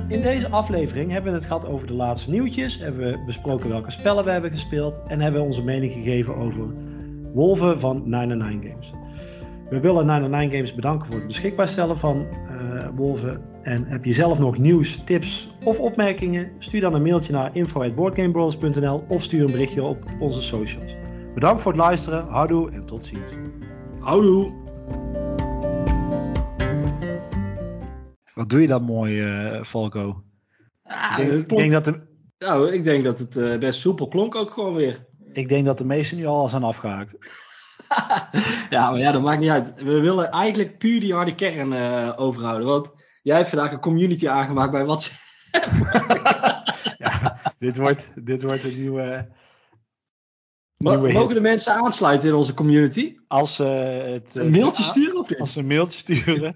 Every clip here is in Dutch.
In deze aflevering hebben we het gehad over de laatste nieuwtjes, hebben we besproken welke spellen we hebben gespeeld en hebben we onze mening gegeven over Wolven van 99 Games. We willen 99 Games bedanken voor het beschikbaar stellen van Wolven. En heb je zelf nog nieuws, tips of opmerkingen? Stuur dan een mailtje naar info@boardgamebrothers.nl of stuur een berichtje op onze socials. Bedankt voor het luisteren, houdoe en tot ziens. Houdoe. Wat doe je dat mooi, Falco? Ik denk dat het best soepel klonk ook gewoon weer. Ik denk dat de meesten nu al zijn afgehaakt. Ja, maar ja, dat maakt niet uit. We willen eigenlijk puur die harde kern overhouden. Want jij hebt vandaag een community aangemaakt bij WhatsApp. Ja, dit wordt een nieuwe Mogen de mensen aansluiten in onze community? Als ze een mailtje sturen of niet? Als ze een mailtje sturen.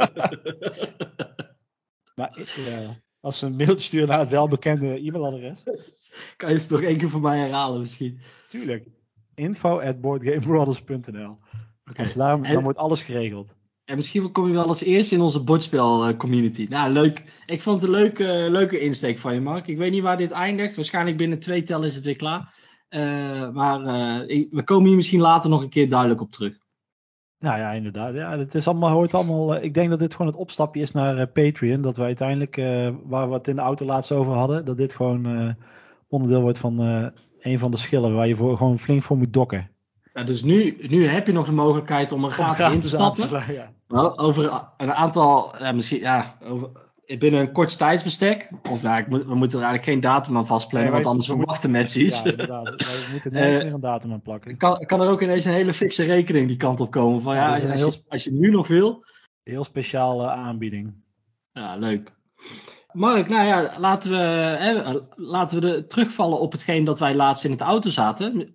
Maar als ze een mailtje sturen naar het welbekende e-mailadres. Kan je het nog één keer voor mij herhalen misschien? Tuurlijk. info@boardgamebrothers.nl. Okay. Dan wordt alles geregeld. En misschien kom je wel als eerste in onze bordspel community. Nou, leuk. Ik vond het een leuke insteek van je, Mark. Ik weet niet waar dit eindigt. Waarschijnlijk binnen 2 tellen is het weer klaar. Maar we komen hier misschien later nog een keer duidelijk op terug. Nou ja, inderdaad. Ja, het is hoort allemaal. Ik denk dat dit gewoon het opstapje is naar Patreon. Dat we uiteindelijk, waar we het in de auto laatst over hadden, dat dit gewoon onderdeel wordt van een van de schillen waar je gewoon flink voor moet dokken. Ja, dus nu heb je nog de mogelijkheid om er gratis in te stappen. Ja. Nou, over een aantal, binnen een kort tijdsbestek. Of we moeten er eigenlijk geen datum aan vastplannen, want anders verwachten mensen iets. Ja, inderdaad. We moeten nergens meer een datum aan plakken. Kan er ook ineens een hele fikse rekening die kant op komen. Van, als je nu nog wil. Heel speciale aanbieding. Ja, leuk. Mark, nou ja, laten we terugvallen op hetgeen dat wij laatst in het auto zaten.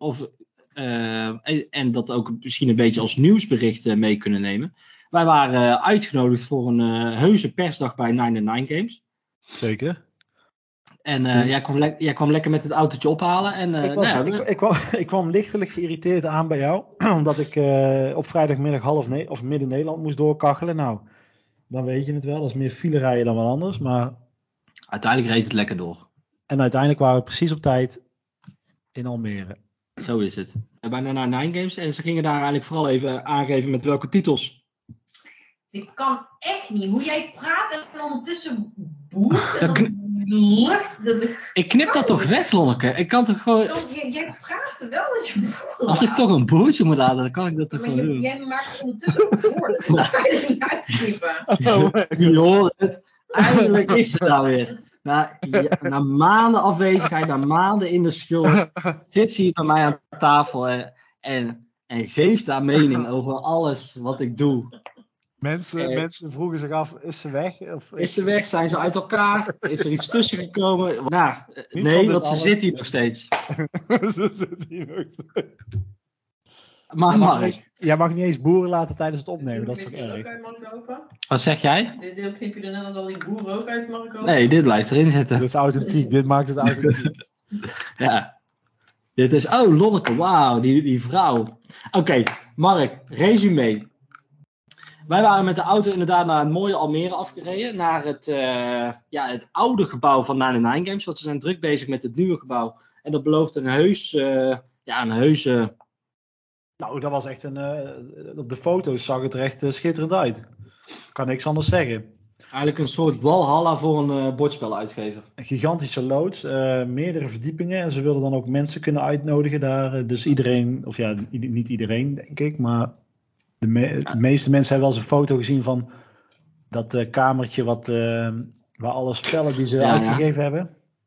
En dat ook misschien een beetje als nieuwsbericht mee kunnen nemen. Wij waren uitgenodigd voor een heuse persdag bij 99 Games. Zeker. En jij kwam lekker met het autootje ophalen. En, ik kwam lichtelijk geïrriteerd aan bij jou. Omdat ik op vrijdagmiddag midden Nederland moest doorkachelen. Nou, dan weet je het wel. Dat is meer file rijden dan wat anders. Maar uiteindelijk reed het lekker door. En uiteindelijk waren we precies op tijd in Almere. Zo is het. Bij 99 Games. En ze gingen daar eigenlijk vooral even aangeven met welke titels. Dit kan echt niet. Hoe jij praat en ondertussen boert en dan lucht. Ik knip dat toch weg, Lonneke? Ik kan toch gewoon... Jij praat wel dat je boert. Als ik toch een boertje moet laten, dan kan ik dat toch gewoon doen. Jij maakt ondertussen ook woorden. Dus dan kan je er niet uitknippen. Je hoort het. Eindelijk is het nou weer. Na maanden afwezigheid, na maanden in de schuld, zit ze hier bij mij aan tafel en geeft haar mening over alles wat ik doe. Mensen vroegen zich af, is ze weg? Is ze weg? Zijn ze uit elkaar? Is er iets tussen gekomen? Nou, nee, want ze zit hier nog steeds. Ze zit hier nog steeds. Maar Mark, jij mag niet eens boeren laten tijdens het opnemen, dat is toch erg? Wat zeg jij? Dit deel knip je er net als al die boeren ook uit, Marco? Nee, dit blijft erin zitten. Dit is authentiek, dit maakt het authentiek. Ja. Dit is, Lonneke, wauw, die vrouw. Oké, Mark, resume. Wij waren met de auto inderdaad naar het mooie Almere afgereden. Naar het oude gebouw van 99 Games. Want ze zijn druk bezig met het nieuwe gebouw. En dat belooft een heuse... Nou, dat was echt op de foto's zag het er echt schitterend uit. Kan niks anders zeggen. Eigenlijk een soort walhalla voor een bordspeluitgever. Een gigantische loods, meerdere verdiepingen. En ze wilden dan ook mensen kunnen uitnodigen daar. Dus iedereen, of ja, niet iedereen denk ik, maar de meeste mensen hebben wel eens een foto gezien van dat kamertje waar alle spellen die ze uitgegeven hebben.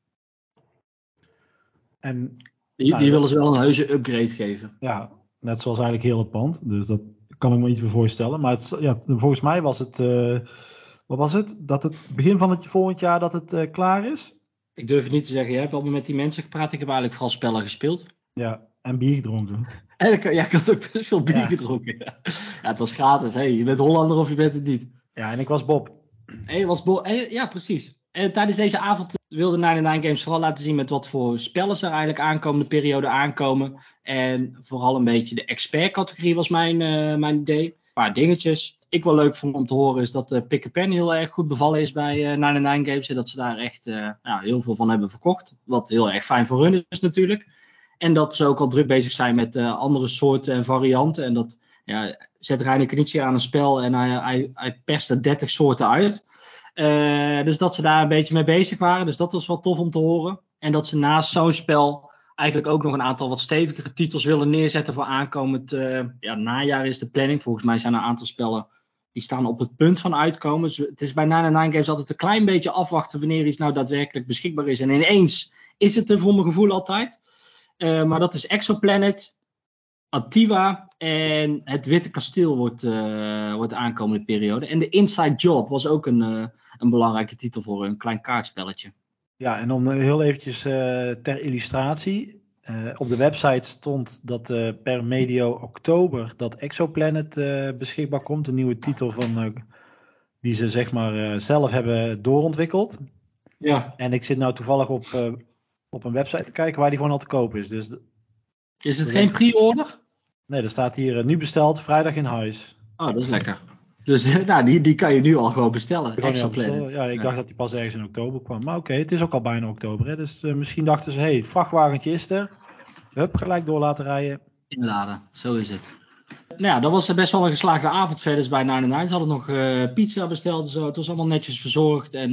En die willen ze wel een heuse upgrade geven. Ja, net zoals eigenlijk heel het pand. Dus dat kan ik me iets meer voorstellen. Maar volgens mij was het... wat was het? Dat het begin van het volgend jaar dat het klaar is? Ik durf het niet te zeggen. Je hebt al met die mensen gepraat. Ik heb eigenlijk vooral spellen gespeeld. Ja, en bier gedronken. En ik had ook best veel bier gedronken. Ja, het was gratis. Hey, je bent Hollander of je bent het niet. Ja, en ik was Bob. En je was Bob. Ja, precies. En tijdens deze avond wilde 99 Games vooral laten zien met wat voor spellen ze er eigenlijk aankomende periode aankomen. En vooral een beetje de expert categorie was mijn idee. Een paar dingetjes. ik wel leuk vond om te horen is dat Pick-a-Pen heel erg goed bevallen is bij 99 Games. En dat ze daar echt heel veel van hebben verkocht. Wat heel erg fijn voor hun is natuurlijk. En dat ze ook al druk bezig zijn met andere soorten en varianten. En dat zet Reiner Knizia aan een spel en hij perst er 30 soorten uit. Dus dat ze daar een beetje mee bezig waren. Dus dat was wel tof om te horen. En dat ze naast zo'n spel eigenlijk ook nog een aantal wat stevigere titels willen neerzetten voor aankomend najaar is de planning. Volgens mij zijn er een aantal spellen die staan op het punt van uitkomen. Dus het is bij 99 Games altijd een klein beetje afwachten wanneer iets nou daadwerkelijk beschikbaar is. En ineens is het er voor mijn gevoel altijd. Maar dat is Exoplanet, Antiva en het Witte Kasteel wordt de aankomende periode. En de Inside Job was ook een belangrijke titel voor een klein kaartspelletje. Ja, en om heel eventjes ter illustratie. Op de website stond dat per medio oktober dat Exoplanet beschikbaar komt. Een nieuwe titel die ze zeg maar zelf hebben doorontwikkeld. Ja. En ik zit nou toevallig op een website te kijken waar die gewoon al te koop is. Dus, is het geen pre-order? Nee, er staat hier nu besteld, vrijdag in huis. Oh, dat is lekker. Dus die kan je nu al gewoon bestellen. Exoplanet. Ja, ik dacht dat die pas ergens in oktober kwam. Maar oké, het is ook al bijna oktober. Hè? Dus misschien dachten ze, het vrachtwagentje is er. Hup, gelijk door laten rijden. Inladen, zo is het. Nou ja, dat was best wel een geslaagde avond verder bij 99. Ze hadden nog pizza besteld. Dus het was allemaal netjes verzorgd. En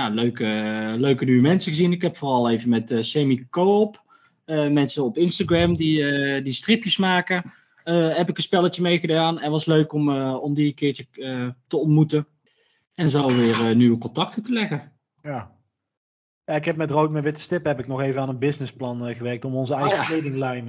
leuke nieuwe mensen gezien. Ik heb vooral even met Semi-Co-op. Mensen op Instagram die stripjes maken. Heb ik een spelletje meegedaan. En was leuk om die een keertje te ontmoeten. En zo weer nieuwe contacten te leggen. Ja. Ja, ik heb met Rood met Witte Stip heb ik nog even aan een businessplan gewerkt. Om onze eigen kledinglijn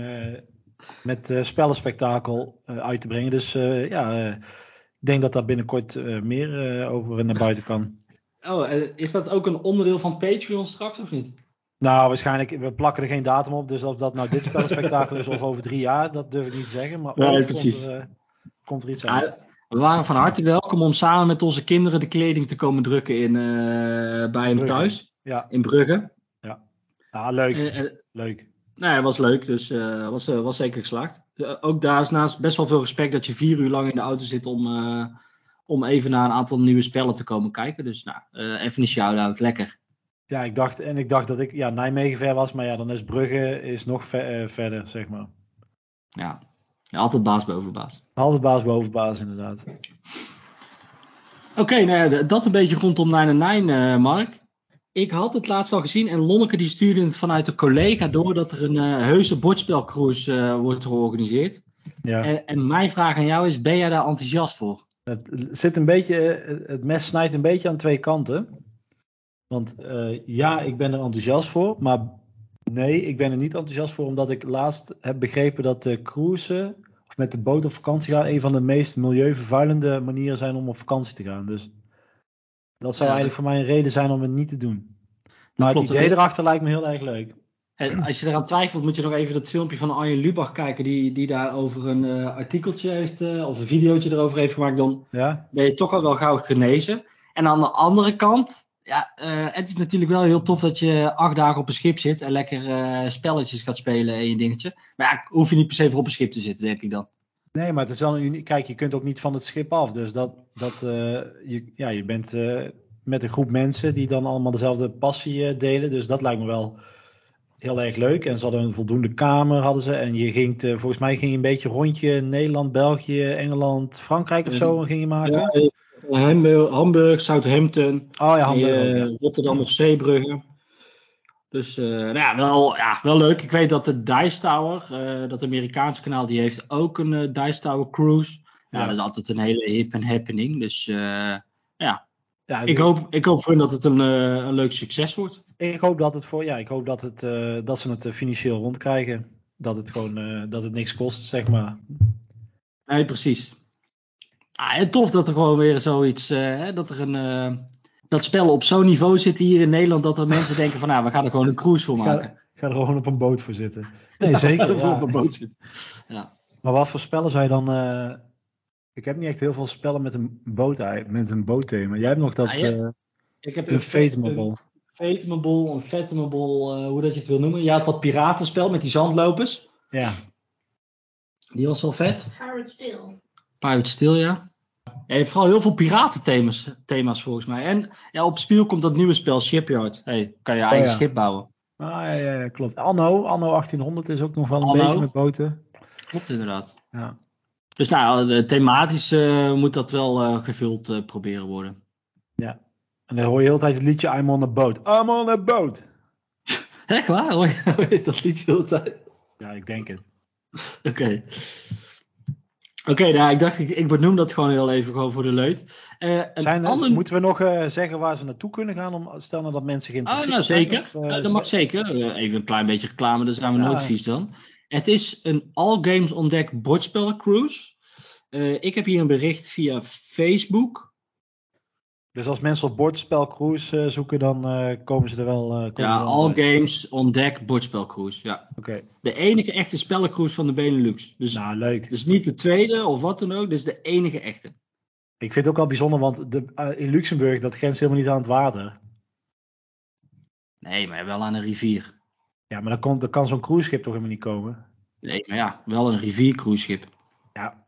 met spellenspektakel uit te brengen. Dus ik denk dat daar binnenkort meer over naar buiten kan. Oh, is dat ook een onderdeel van Patreon straks of niet? Nou, waarschijnlijk, we plakken er geen datum op. Dus of dat nou dit spellenspektakel is of over 3 jaar, dat durf ik niet te zeggen. Maar precies. Komt er iets uit. We waren van harte welkom om samen met onze kinderen de kleding te komen drukken bij hem thuis. Ja. In Brugge. Ja, leuk. Leuk. Nou, het was leuk, dus was zeker geslaagd. Ook daar is naast best wel veel respect dat je 4 uur lang in de auto zit om even naar een aantal nieuwe spellen te komen kijken. Dus even een shout-out, lekker. Ja, ik dacht dat ik Nijmegen ver was, maar dan is Brugge nog verder, zeg maar. Ja, altijd baas boven baas. Altijd baas boven baas, inderdaad. Oké, dat een beetje rondom 99, Mark. Ik had het laatst al gezien en Lonneke die stuurde het vanuit een collega door dat er een heuse bordspelcruise wordt georganiseerd. Ja. En mijn vraag aan jou is, ben jij daar enthousiast voor? Het mes snijdt een beetje aan 2 kanten. Want ik ben er enthousiast voor, maar nee, ik ben er niet enthousiast voor omdat ik laatst heb begrepen dat de cruisen of met de boot op vakantie gaan een van de meest milieuvervuilende manieren zijn om op vakantie te gaan. Dus dat zou eigenlijk voor mij een reden zijn om het niet te doen. Maar het idee erachter lijkt me heel erg leuk. En als je eraan twijfelt, moet je nog even dat filmpje van Arjen Lubach kijken, die daar over een artikeltje heeft, of een videootje erover heeft gemaakt. Dan ben je toch al wel gauw genezen. En aan de andere kant, het is natuurlijk wel heel tof dat je 8 dagen op een schip zit en lekker spelletjes gaat spelen en je dingetje. Maar hoef je niet per se voor op een schip te zitten, denk ik dan. Nee, maar het is wel een uniek. Kijk, je kunt ook niet van het schip af. Dus je bent met een groep mensen die dan allemaal dezelfde passie delen. Dus dat lijkt me wel heel erg leuk. En ze hadden een voldoende kamer, hadden ze. En je ging volgens mij ging je een beetje rondje Nederland, België, Engeland, Frankrijk of zo ging je maken. Ja, Hamburg, Southampton. Oh ja, Hamburg. Rotterdam of Zeebrugge. Dus wel leuk. Ik weet dat de Dice Tower, dat Amerikaanse kanaal, die heeft ook een Dice Tower cruise. Ja, dat is altijd een hele hip en happening. Dus ik hoop voor hen dat het een leuk succes wordt. Ik hoop dat ze het financieel rondkrijgen. Dat het gewoon dat het niks kost, zeg maar. Nee, precies. En tof dat er gewoon weer zoiets, dat spellen op zo'n niveau zitten hier in Nederland, dat er mensen denken van, we gaan er gewoon een cruise voor maken. Ga er gewoon op een boot voor zitten. Nee, zeker. Op een boot zitten. Ja. Maar wat voor spellen zou je dan... ik heb niet echt heel veel spellen met een bootthema. Jij hebt nog dat... ik heb een Fathomable. Een Fathomable, hoe dat je het wil noemen. Je had dat piratenspel met die zandlopers. Ja. Die was wel vet. Pirate Still. Pirate Still, ja. Ja, je hebt vooral heel veel piratenthema's volgens mij. En ja, op speel komt dat nieuwe spel Shipyard. Kan je eigen schip bouwen. Ja, klopt. Anno 1800 is ook nog wel een beetje met boten. Klopt inderdaad. Ja. Dus thematisch moet dat wel gevuld proberen worden. Ja. En dan hoor je de hele tijd het liedje I'm on a boat. I'm on a boat. Echt waar? Hoor je dat liedje de hele tijd? Ja, ik denk het. Oké, nou, ik dacht, ik benoem dat gewoon heel even gewoon voor de leut. Moeten we nog zeggen waar ze naartoe kunnen gaan? Stel nou dat mensen geïnteresseerd zijn. Zeker. Dat mag zeker. Even een klein beetje reclame, daar zijn we nooit vies dan. Het is een All Games on Deck bordspellencruise. Ik heb hier een bericht via Facebook. Dus als mensen op bordspelcruise zoeken, dan komen ze er wel... All Games on Deck bordspelcruise, ja. Oké. De enige echte spellencruise van de Benelux. Dus, leuk. Dus niet de tweede of wat dan ook, dus de enige echte. Ik vind het ook al bijzonder, want in Luxemburg, dat grenst helemaal niet aan het water. Nee, maar wel aan een rivier. Ja, maar dan kan zo'n cruiseschip toch helemaal niet komen? Nee, maar ja, wel een riviercruiseschip. Ja.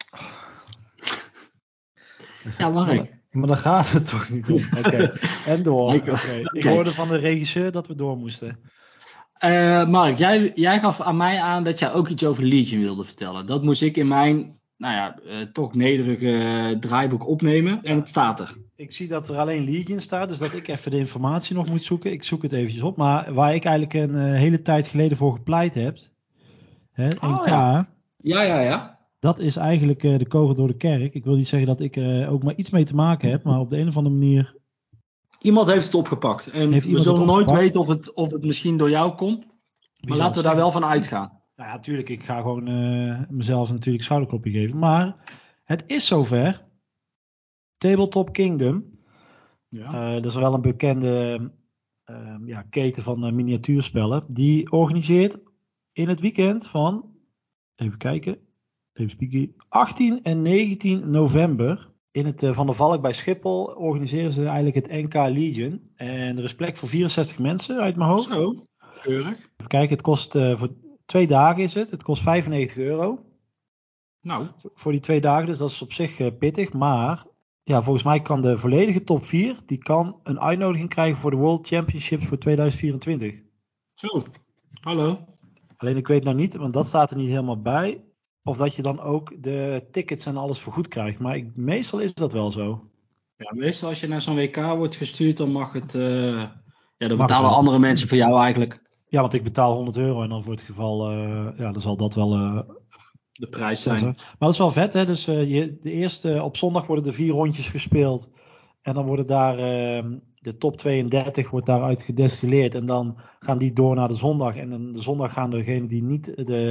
Ja, Mark. Maar daar gaat het toch niet om. Oké. En door. Ik hoorde van de regisseur dat we door moesten. Mark, jij gaf aan mij aan dat jij ook iets over Legion wilde vertellen. Dat moest ik in mijn, toch nederige draaiboek opnemen. En het staat er. Ik zie dat er alleen Legion staat, dus dat ik even de informatie nog moet zoeken. Ik zoek het eventjes op. Maar waar ik eigenlijk een hele tijd geleden voor gepleit heb. NK. Ja. Dat is eigenlijk de kogel door de kerk. Ik wil niet zeggen dat ik ook maar iets mee te maken heb, maar op de een of andere manier... Iemand heeft het opgepakt. En we zullen nooit weten of het misschien door jou komt. Maar laten we daar wel van uitgaan. Nou ja, natuurlijk. Ik ga gewoon mezelf natuurlijk schouderklopje geven. Maar het is zover. Tabletop Kingdom. Ja. Dat is wel een bekende keten van miniatuurspellen. Die organiseert in het weekend van... Even kijken... 18 en 19 november in het Van der Valk bij Schiphol organiseren ze eigenlijk het NK Legion. En er is plek voor 64 mensen uit mijn hoofd. Zo, keurig. Even kijken, het kost voor 2 dagen is het. Het kost €95. Nou. Voor die 2 dagen, dus dat is op zich pittig. Maar ja, volgens mij kan de volledige top 4, die kan een uitnodiging krijgen voor de World Championships voor 2024. Zo, hallo. Alleen ik weet nou niet, want dat staat er niet helemaal bij... Of dat je dan ook de tickets en alles vergoed krijgt. Maar meestal is dat wel zo. Ja, meestal als je naar zo'n WK wordt gestuurd, dan mag het... dan betalen andere mensen voor jou eigenlijk. Ja, want ik betaal €100 en dan voor het geval... dan zal dat wel... de prijs zijn. Maar dat is wel vet, hè. Dus op zondag worden er 4 rondjes gespeeld. En dan worden daar... de top 32 wordt daaruit gedestilleerd. En dan gaan die door naar de zondag. En dan de zondag gaan degenen die niet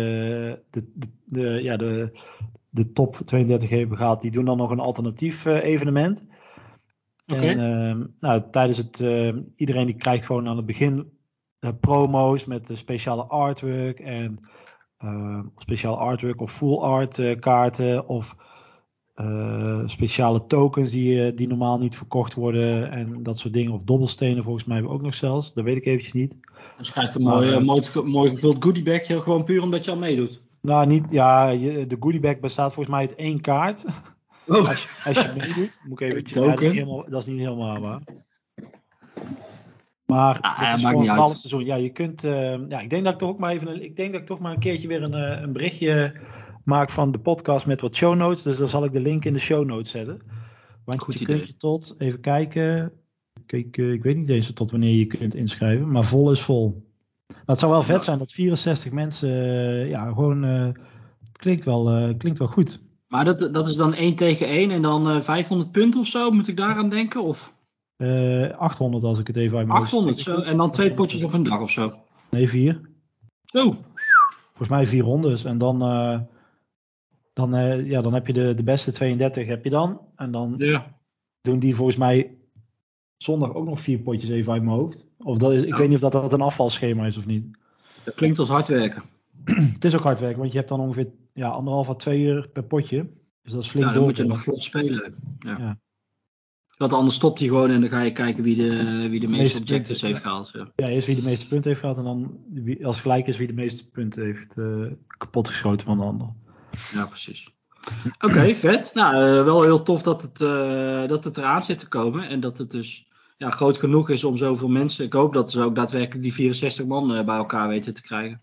de top 32 hebben gehaald, die doen dan nog een alternatief evenement. Okay. En tijdens het... iedereen die krijgt gewoon aan het begin promo's met speciale artwork. En speciaal artwork of full art kaarten of... speciale tokens die normaal niet verkocht worden en dat soort dingen. Of dobbelstenen volgens mij ook nog zelfs. Dat weet ik eventjes niet. Dus je krijgt een mooi gevuld goodiebag gewoon puur omdat je al meedoet. Nou, niet. Ja, de goodiebag bestaat volgens mij uit 1 kaart. Oh. Als je meedoet. Moet ik eventjes, dat is niet helemaal waar. Maar het is gewoon van alles seizoen. Ja, je kunt... ik denk dat ik toch maar een keertje weer een berichtje... maak van de podcast met wat show notes. Dus dan zal ik de link in de show notes zetten. Want goed je kunt je tot, even kijken. Ik weet niet eens tot wanneer je kunt inschrijven. Maar vol is vol. Nou, het zou wel vet zijn dat 64 mensen... klinkt wel goed. Maar dat is dan 1 tegen 1 en dan 500 punten of zo? Moet ik daaraan denken? Of? 800 als ik het even uit mijn 800 zo? En dan 2 potjes op een dag of zo? Nee, 4. Zo. Volgens mij 4 rondes. En dan heb je de beste 32 heb je dan. En dan doen die volgens mij zondag ook nog 4 potjes even uit mijn hoofd. Of dat is, ik weet niet of dat een afvalschema is of niet. Dat klinkt als hard werken. Het is ook hard werken, want je hebt dan ongeveer 1,5 à 2 uur per potje. Dus dat is flink door. Dan moet je nog vlot spelen. Ja. Want anders stopt hij gewoon en dan ga je kijken wie de meeste objectives heeft gehaald. Ja, eerst wie de meeste punten heeft gehad en dan als gelijk is wie de meeste punten heeft kapotgeschoten van de ander. Ja, precies. Oké, vet. Nou, wel heel tof dat het eraan zit te komen. En dat het dus groot genoeg is om zoveel mensen... Ik hoop dat ze ook daadwerkelijk die 64 man bij elkaar weten te krijgen.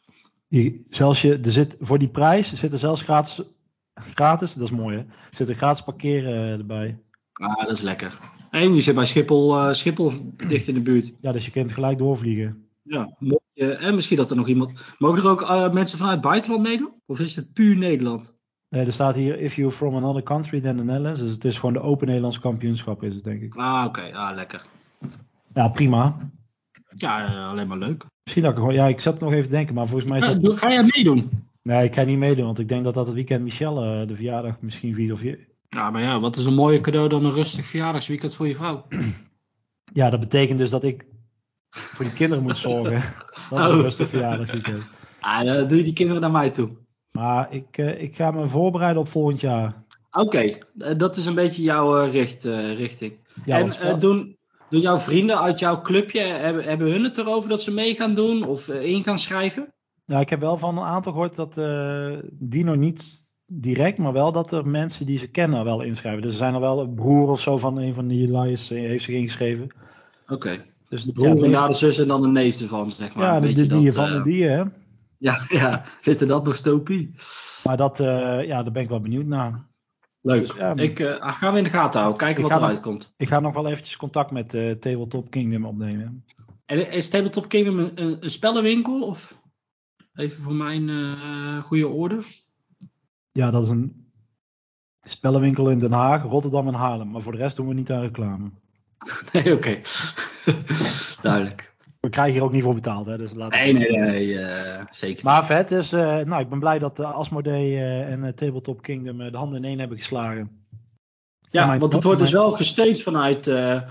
Voor die prijs zit er zelfs gratis, dat is mooi hè, zit er gratis parkeren erbij. Ah, dat is lekker. En die zit bij Schiphol dicht in de buurt. Ja, dus je kunt gelijk doorvliegen. Ja, en misschien dat er nog iemand... Mogen er ook mensen vanuit het buitenland meedoen? Of is het puur Nederland? Nee, er staat hier, if you're from another country than the Netherlands. Dus het is gewoon de Open Nederlands Kampioenschap is het, denk ik. Ah, oké. Ah, lekker. Ja, prima. Ja, alleen maar leuk. Misschien dat ik gewoon... Ja, ik zat nog even te denken, maar volgens mij is dat... Ga jij meedoen? Nee, ik ga niet meedoen, want ik denk dat het weekend Michel de verjaardag misschien viert of je... Ja, maar ja, wat is een mooier cadeau dan een rustig verjaardagsweekend voor je vrouw? Ja, dat betekent dus dat ik voor die kinderen moet zorgen. Dat is een rustig verjaardagsweekend. Ah, dan doe je die kinderen naar mij toe. Maar ik ga me voorbereiden op volgend jaar. Oké, dat is een beetje jouw richting. Ja, en doen jouw vrienden uit jouw clubje, hebben hun het erover dat ze mee gaan doen of in gaan schrijven? Ja, ik heb wel van een aantal gehoord dat die nog niet direct, maar wel dat er mensen die ze kennen wel inschrijven. Dus er zijn er wel een broer of zo van een van die Lions heeft zich ingeschreven. Oké, dus de broer en de zus en dan een neef ervan, zeg maar. Ja, de die van de die, hè. Ja, vindt dat nog stopie. Maar dat, daar ben ik wel benieuwd naar. Leuk. Dus, gaan we in de gaten houden, kijken wat eruit komt. Ik ga nog wel eventjes contact met Tabletop Kingdom opnemen. En is Tabletop Kingdom een spellenwinkel? Of even voor mijn goede orde? Ja, dat is een spellenwinkel in Den Haag, Rotterdam en Haarlem. Maar voor de rest doen we niet aan reclame. Nee, oké. Duidelijk. We krijgen hier ook niet voor betaald, hè? Dus nee, zeker. Maar vet, dus ik ben blij dat Asmodee en Tabletop Kingdom de handen in één hebben geslagen. Ja, want het wordt dus wel gesteund vanuit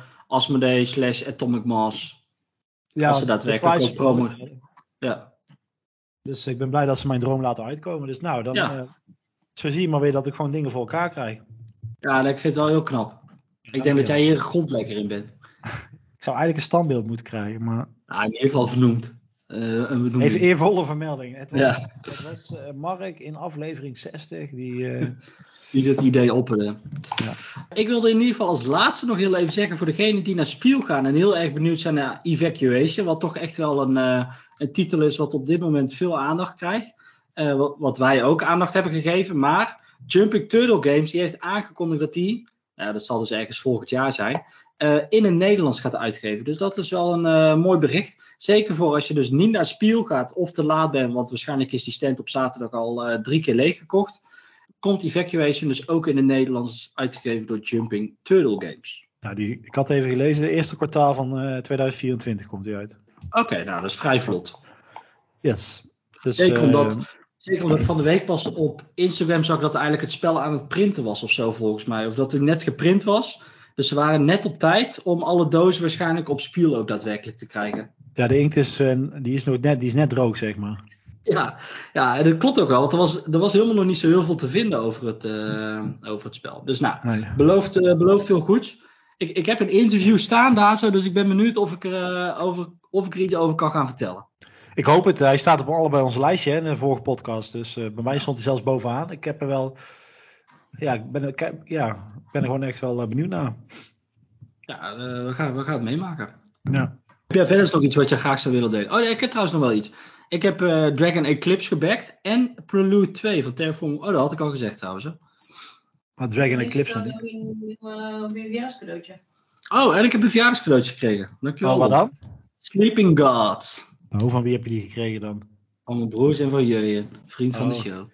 Asmodee / Atomic Mass. Ja, als ze daadwerkelijk ook promo. Ja. Dus ik ben blij dat ze mijn droom laten uitkomen. Dus nou, dan zo zie je maar weer dat ik gewoon dingen voor elkaar krijg. Ja, ik vind het wel heel knap. Ik denk dat jij hier grondlekker in bent. Ik zou eigenlijk een standbeeld moeten krijgen, maar... in ieder geval vernoemd. Even eervolle vermelding. Het was Mark in aflevering 60 die dit idee opperde. Ja. Ik wilde in ieder geval als laatste nog heel even zeggen voor degenen die naar Spiel gaan en heel erg benieuwd zijn naar Evacuation, wat toch echt wel een titel is wat op dit moment veel aandacht krijgt. Wat wij ook aandacht hebben gegeven, maar Jumping Turtle Games die heeft aangekondigd dat die, dat zal dus ergens volgend jaar zijn, in het Nederlands gaat uitgeven. Dus dat is wel een mooi bericht. Zeker voor als je dus niet naar Spiel gaat of te laat bent, want waarschijnlijk is die stand op zaterdag al 3 keer leeggekocht. Komt Evacuation dus ook in het Nederlands uitgegeven door Jumping Turtle Games. Ja, ik had even gelezen, de eerste kwartaal van 2024 komt die uit. Oké, nou dat is vrij vlot. Yes. Dus, zeker omdat van de week pas op Instagram zag dat eigenlijk het spel aan het printen was of zo volgens mij. Of dat het net geprint was. Dus ze waren net op tijd om alle dozen waarschijnlijk op Spiel ook daadwerkelijk te krijgen. Ja, de inkt is net droog, zeg maar. Ja, en dat klopt ook wel. Want er was helemaal nog niet zo heel veel te vinden over het spel. Dus nou, belooft veel goeds. Ik heb een interview staan daar zo, dus ik ben benieuwd of ik er iets over kan gaan vertellen. Ik hoop het. Hij staat op allebei ons lijstje in de vorige podcast. Dus bij mij stond hij zelfs bovenaan. Ik heb er wel... Ja, ik ben er gewoon echt wel benieuwd naar. Ja, we gaan het meemaken. Ja. Heb jij verder nog iets wat je graag zou willen delen? Oh nee, ik heb trouwens nog wel iets. Ik heb Dragon Eclipse gebackt en Prelude 2 van Terraform. Oh, dat had ik al gezegd trouwens. Hè. Maar Dragon Eclipse nog niet. Een verjaardagscadeautje. Oh, en ik heb een verjaardagscadeautje gekregen. Dankjewel. Oh, wat dan? Sleeping Gods. Oh, van wie heb je die gekregen dan? Van mijn broers en van Jurjen, vriend van de show.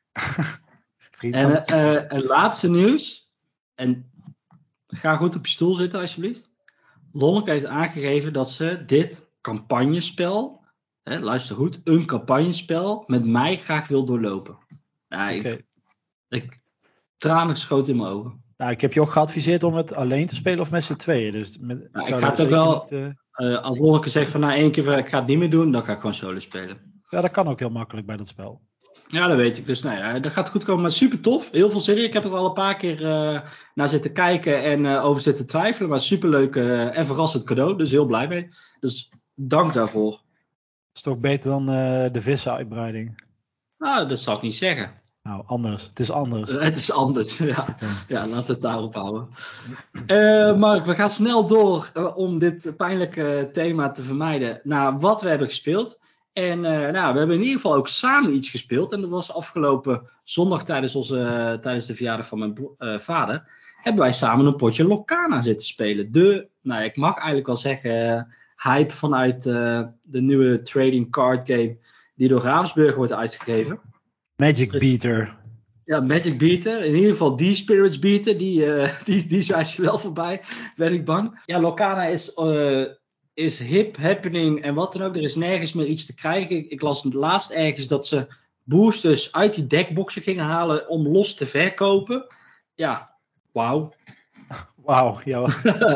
En laatste nieuws. En ga goed op je stoel zitten alsjeblieft. Lonneke heeft aangegeven dat ze dit campagnespel, luister goed, een campagnespel met mij graag wil doorlopen. Ja, ik tranen schoten in mijn ogen. Nou, ik heb je ook geadviseerd om het alleen te spelen of met z'n tweeën. Dus ik ga het ook wel, als Lonneke zegt van 1 keer ik ga het niet meer doen, dan ga ik gewoon solo spelen. Ja, dat kan ook heel makkelijk bij dat spel. Ja, dat weet ik. Dus dat gaat goed komen. Maar super tof. Heel veel zin in. Ik heb er al een paar keer naar zitten kijken en over zitten twijfelen. Maar super leuk en verrassend cadeau. Dus heel blij mee. Dus dank daarvoor. Is toch beter dan de vissen-uitbreiding? Nou, dat zal ik niet zeggen. Nou, anders. Het is anders. Het is anders, ja. Okay. Ja, laten we het daarop houden. Mark, we gaan snel door om dit pijnlijke thema te vermijden naar wat we hebben gespeeld. En we hebben in ieder geval ook samen iets gespeeld. En dat was afgelopen zondag tijdens de verjaardag van mijn vader. Hebben wij samen een potje Lorcana zitten spelen. Ik mag eigenlijk wel zeggen, hype vanuit de nieuwe trading card game die door Ravensburger wordt uitgegeven. Magic Beater. Ja, Magic Beater. In ieder geval die Spirits Beater. Die zijn ze wel voorbij, ben ik bang. Ja, Lorcana is hip, happening en wat dan ook. Er is nergens meer iets te krijgen. Ik las laatst ergens dat ze boosters uit die deckboxen gingen halen om los te verkopen. Ja, wauw. Wauw, ja.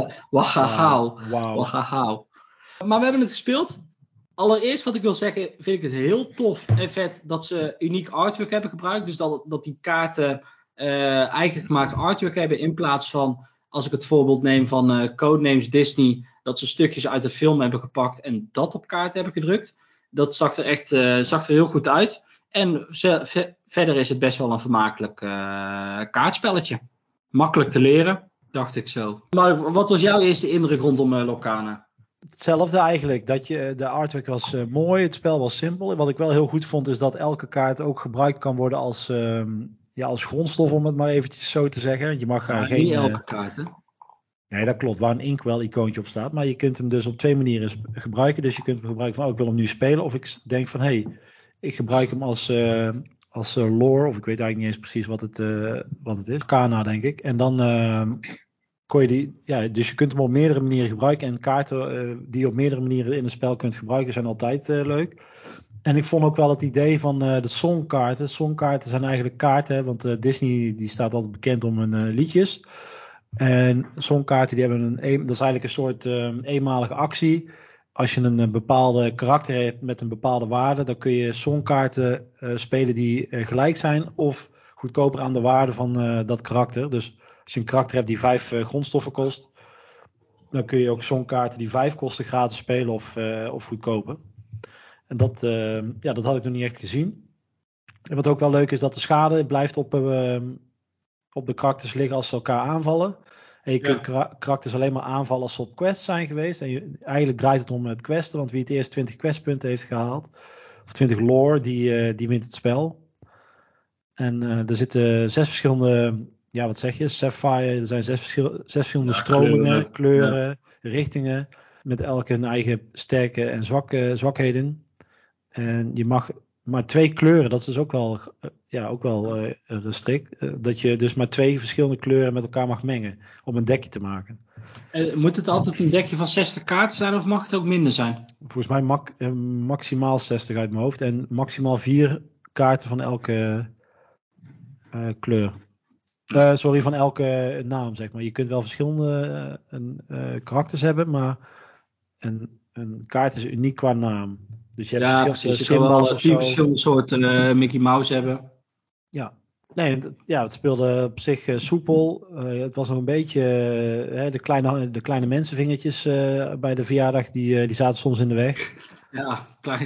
Wauw. Maar we hebben het gespeeld. Allereerst wat ik wil zeggen, vind ik het heel tof en vet dat ze uniek artwork hebben gebruikt. Dus dat die kaarten eigen gemaakt artwork hebben in plaats van, als ik het voorbeeld neem van Codenames Disney, dat ze stukjes uit de film hebben gepakt en dat op kaart hebben gedrukt. Dat zag er heel goed uit. En verder is het best wel een vermakelijk kaartspelletje. Makkelijk te leren, dacht ik zo. Maar wat was jouw eerste indruk rondom Lorcana? Hetzelfde eigenlijk. De artwork was mooi, het spel was simpel. En wat ik wel heel goed vond is dat elke kaart ook gebruikt kan worden als grondstof, om het maar eventjes zo te zeggen. Je mag geen... Niet elke kaart, hè? Nee, dat klopt. Waar een inkwel-icoontje op staat. Maar je kunt hem dus op 2 manieren gebruiken. Dus je kunt hem gebruiken van, ik wil hem nu spelen. Of ik denk van, ik gebruik hem als lore. Of ik weet eigenlijk niet eens precies wat het is. Kana, denk ik. En dan... kon je dus je kunt hem op meerdere manieren gebruiken. En kaarten die je op meerdere manieren in het spel kunt gebruiken zijn altijd leuk. En ik vond ook wel het idee van de songkaarten. Songkaarten zijn eigenlijk kaarten. Want Disney die staat altijd bekend om hun liedjes. En songkaarten die hebben dat is eigenlijk een soort eenmalige actie. Als je een bepaalde karakter hebt met een bepaalde waarde. Dan kun je songkaarten spelen die gelijk zijn. Of goedkoper aan de waarde van dat karakter. Dus... Als je een karakter hebt die 5 grondstoffen kost, dan kun je ook songkaarten die 5 kosten gratis spelen of goedkoper. En dat had ik nog niet echt gezien. En wat ook wel leuk is, dat de schade blijft op de karakters liggen als ze elkaar aanvallen. En je kunt karakters alleen maar aanvallen als ze op quest zijn geweest. En eigenlijk draait het om het questen, want wie het eerst 20 questpunten heeft gehaald, of 20 lore, die wint het spel. En er zitten 6 verschillende... Ja, wat zeg je? Sapphire, er zijn 6 verschillende stromingen, kleuren, richtingen. Met elke hun eigen sterke en zwakheden. En je mag maar 2 kleuren, dat is dus ook wel restrict. Dat je dus maar 2 verschillende kleuren met elkaar mag mengen om een dekje te maken. Moet het altijd een dekje van 60 kaarten zijn of mag het ook minder zijn? Volgens mij maximaal 60 uit mijn hoofd. En maximaal 4 kaarten van elke kleur. Van elke naam, zeg maar. Je kunt wel verschillende karakters hebben, maar een kaart is uniek qua naam. Dus je hebt precies. Je kan wel 4 verschillende soorten Mickey Mouse hebben. Ja. Nee, het speelde op zich soepel. Het was nog een beetje... de kleine mensenvingertjes bij de verjaardag, die zaten soms in de weg. Ja,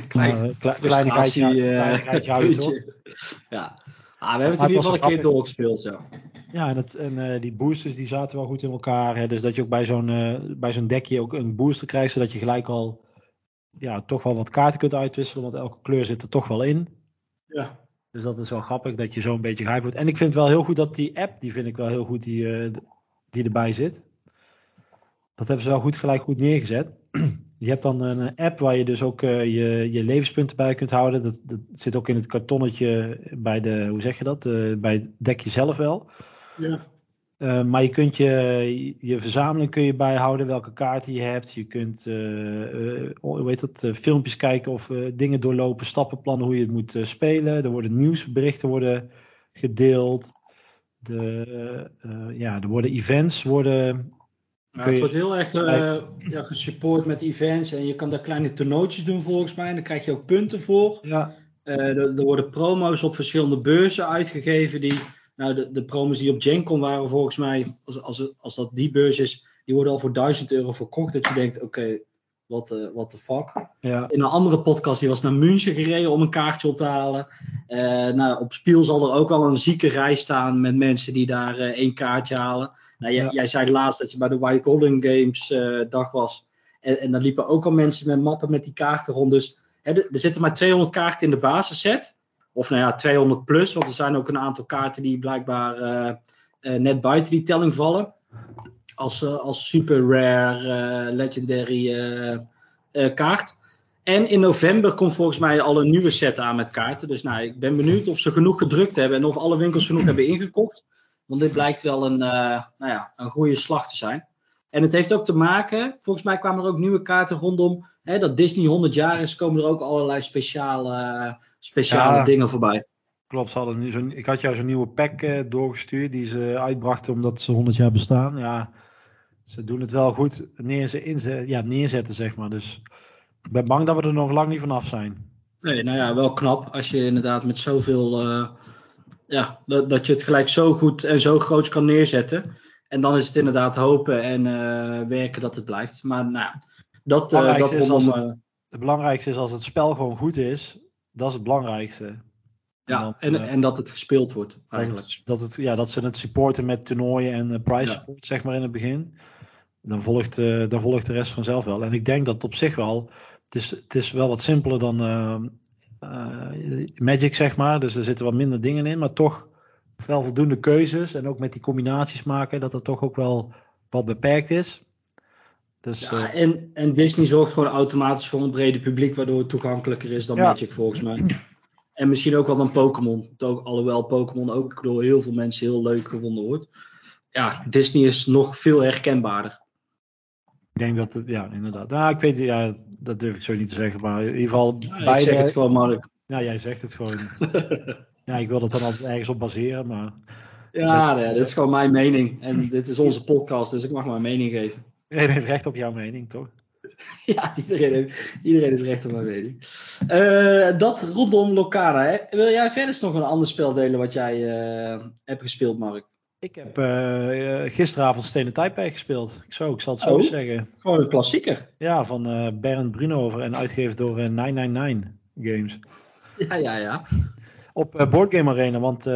kleinigheidje houdt het op. Ja. We hebben het in ieder geval een keer doorgespeeld zo. Ja, en die boosters die zaten wel goed in elkaar. Hè? Dus dat je ook bij zo'n dekje ook een booster krijgt, zodat je gelijk al toch wel wat kaarten kunt uitwisselen, want elke kleur zit er toch wel in. Ja. Dus dat is wel grappig dat je zo een beetje gehyped wordt. En ik vind het wel heel goed dat die app, die vind ik wel heel goed, die erbij zit. Dat hebben ze wel gelijk goed neergezet. Je hebt dan een app waar je dus ook je levenspunten bij kunt houden. Dat zit ook in het kartonnetje bij bij het dekje zelf wel. Ja. Maar je kunt je verzameling kun je bijhouden, welke kaarten je hebt. Je kunt filmpjes kijken of dingen doorlopen, stappenplannen hoe je het moet spelen. Er worden nieuwsberichten gedeeld. Er worden events het wordt heel erg gesupport met events en je kan daar kleine toernooitjes doen volgens mij. En daar krijg je ook punten voor. Ja. Er worden promo's op verschillende beurzen uitgegeven. De promos die op GenCon waren volgens mij, als dat die beurs is, die worden al voor €1000 verkocht. Dat je denkt, oké, what the fuck. Ja. In een andere podcast, die was naar München gereden om een kaartje op te halen. Op Spiel zal er ook al een zieke rij staan met mensen die daar 1 kaartje halen. Jij zei laatst dat je bij de White Golden Games dag was. En daar liepen ook al mensen met mappen met die kaarten rond. Dus er zitten maar 200 kaarten in de basisset. Of 200 plus, want er zijn ook een aantal kaarten die blijkbaar net buiten die telling vallen. Als super rare, legendary kaart. En in november komt volgens mij al een nieuwe set aan met kaarten. Dus ik ben benieuwd of ze genoeg gedrukt hebben en of alle winkels genoeg hebben ingekocht. Want dit blijkt wel een goede slag te zijn. En het heeft ook te maken, volgens mij kwamen er ook nieuwe kaarten rondom. Dat Disney 100 jaar is, komen er ook allerlei speciale dingen voorbij. Klopt, ik had jou zo'n nieuwe pack doorgestuurd die ze uitbrachten omdat ze 100 jaar bestaan. Ja, ze doen het wel goed neerzetten, zeg maar. Dus ik ben bang dat we er nog lang niet vanaf zijn. Nee, wel knap als je inderdaad met zoveel... dat je het gelijk zo goed en zo groots kan neerzetten. En dan is het inderdaad hopen en werken dat het blijft. Maar het belangrijkste is als het spel gewoon goed is. Dat is het belangrijkste. Ja, en dat het gespeeld wordt eigenlijk. Dat ze het supporten met toernooien en prize support, zeg maar in het begin. Dan volgt de rest vanzelf wel. En ik denk dat op zich wel... Het is wel wat simpeler dan Magic, zeg maar. Dus er zitten wat minder dingen in, maar toch wel voldoende keuzes. En ook met die combinaties maken, dat het toch ook wel wat beperkt is. Dus, en Disney zorgt gewoon automatisch voor een brede publiek, waardoor het toegankelijker is dan Magic volgens mij. En misschien ook wel dan Pokémon. Alhoewel Pokémon ook door heel veel mensen heel leuk gevonden wordt. Ja, Disney is nog veel herkenbaarder. Ik denk dat het, inderdaad. Ik weet, dat durf ik zo niet te zeggen. Maar in ieder geval... Ik zeg het gewoon, Mark. Ja, jij zegt het gewoon. Ik wil dat dan altijd ergens op baseren, maar... dit is gewoon mijn mening. En dit is onze podcast, dus ik mag mijn mening geven. Iedereen heeft recht op jouw mening, toch? Ja, iedereen heeft recht op mijn mening. Dat rondom Locana. Hè? Wil jij verder nog een ander spel delen wat jij hebt gespeeld, Mark? Ik heb gisteravond Stenen Taipei gespeeld. Ik zal het zo eens zeggen. Gewoon een klassieker. Ja, van Bernd Brunover en uitgegeven door 999 Games. Ja. Op Board Game Arena, want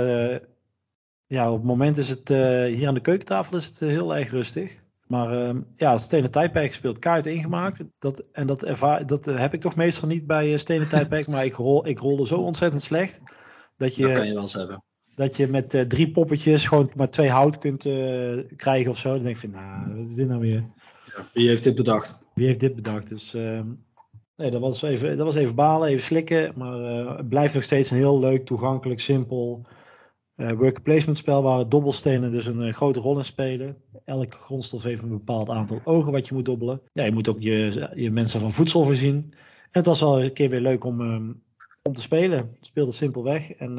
op het moment is het hier aan de keukentafel is het heel erg rustig. Maar Stenen Taipei gespeeld, kaarten ingemaakt. Dat heb ik toch meestal niet bij Stenen Taipei, maar ik rolde zo ontzettend slecht. Dat kan je wel eens hebben. Dat je met 3 poppetjes gewoon maar 2 hout kunt krijgen of zo. Dan denk ik van, wat is dit nou weer? Ja, wie heeft dit bedacht? Dus dat was even balen, even slikken. Maar het blijft nog steeds een heel leuk, toegankelijk, simpel worker placement spel. Waar dobbelstenen dus een grote rol in spelen. Elke grondstof heeft een bepaald aantal ogen wat je moet dobbelen. Ja, je moet ook je mensen van voedsel voorzien. En het was wel een keer weer leuk om te spelen. Het speelde simpelweg. En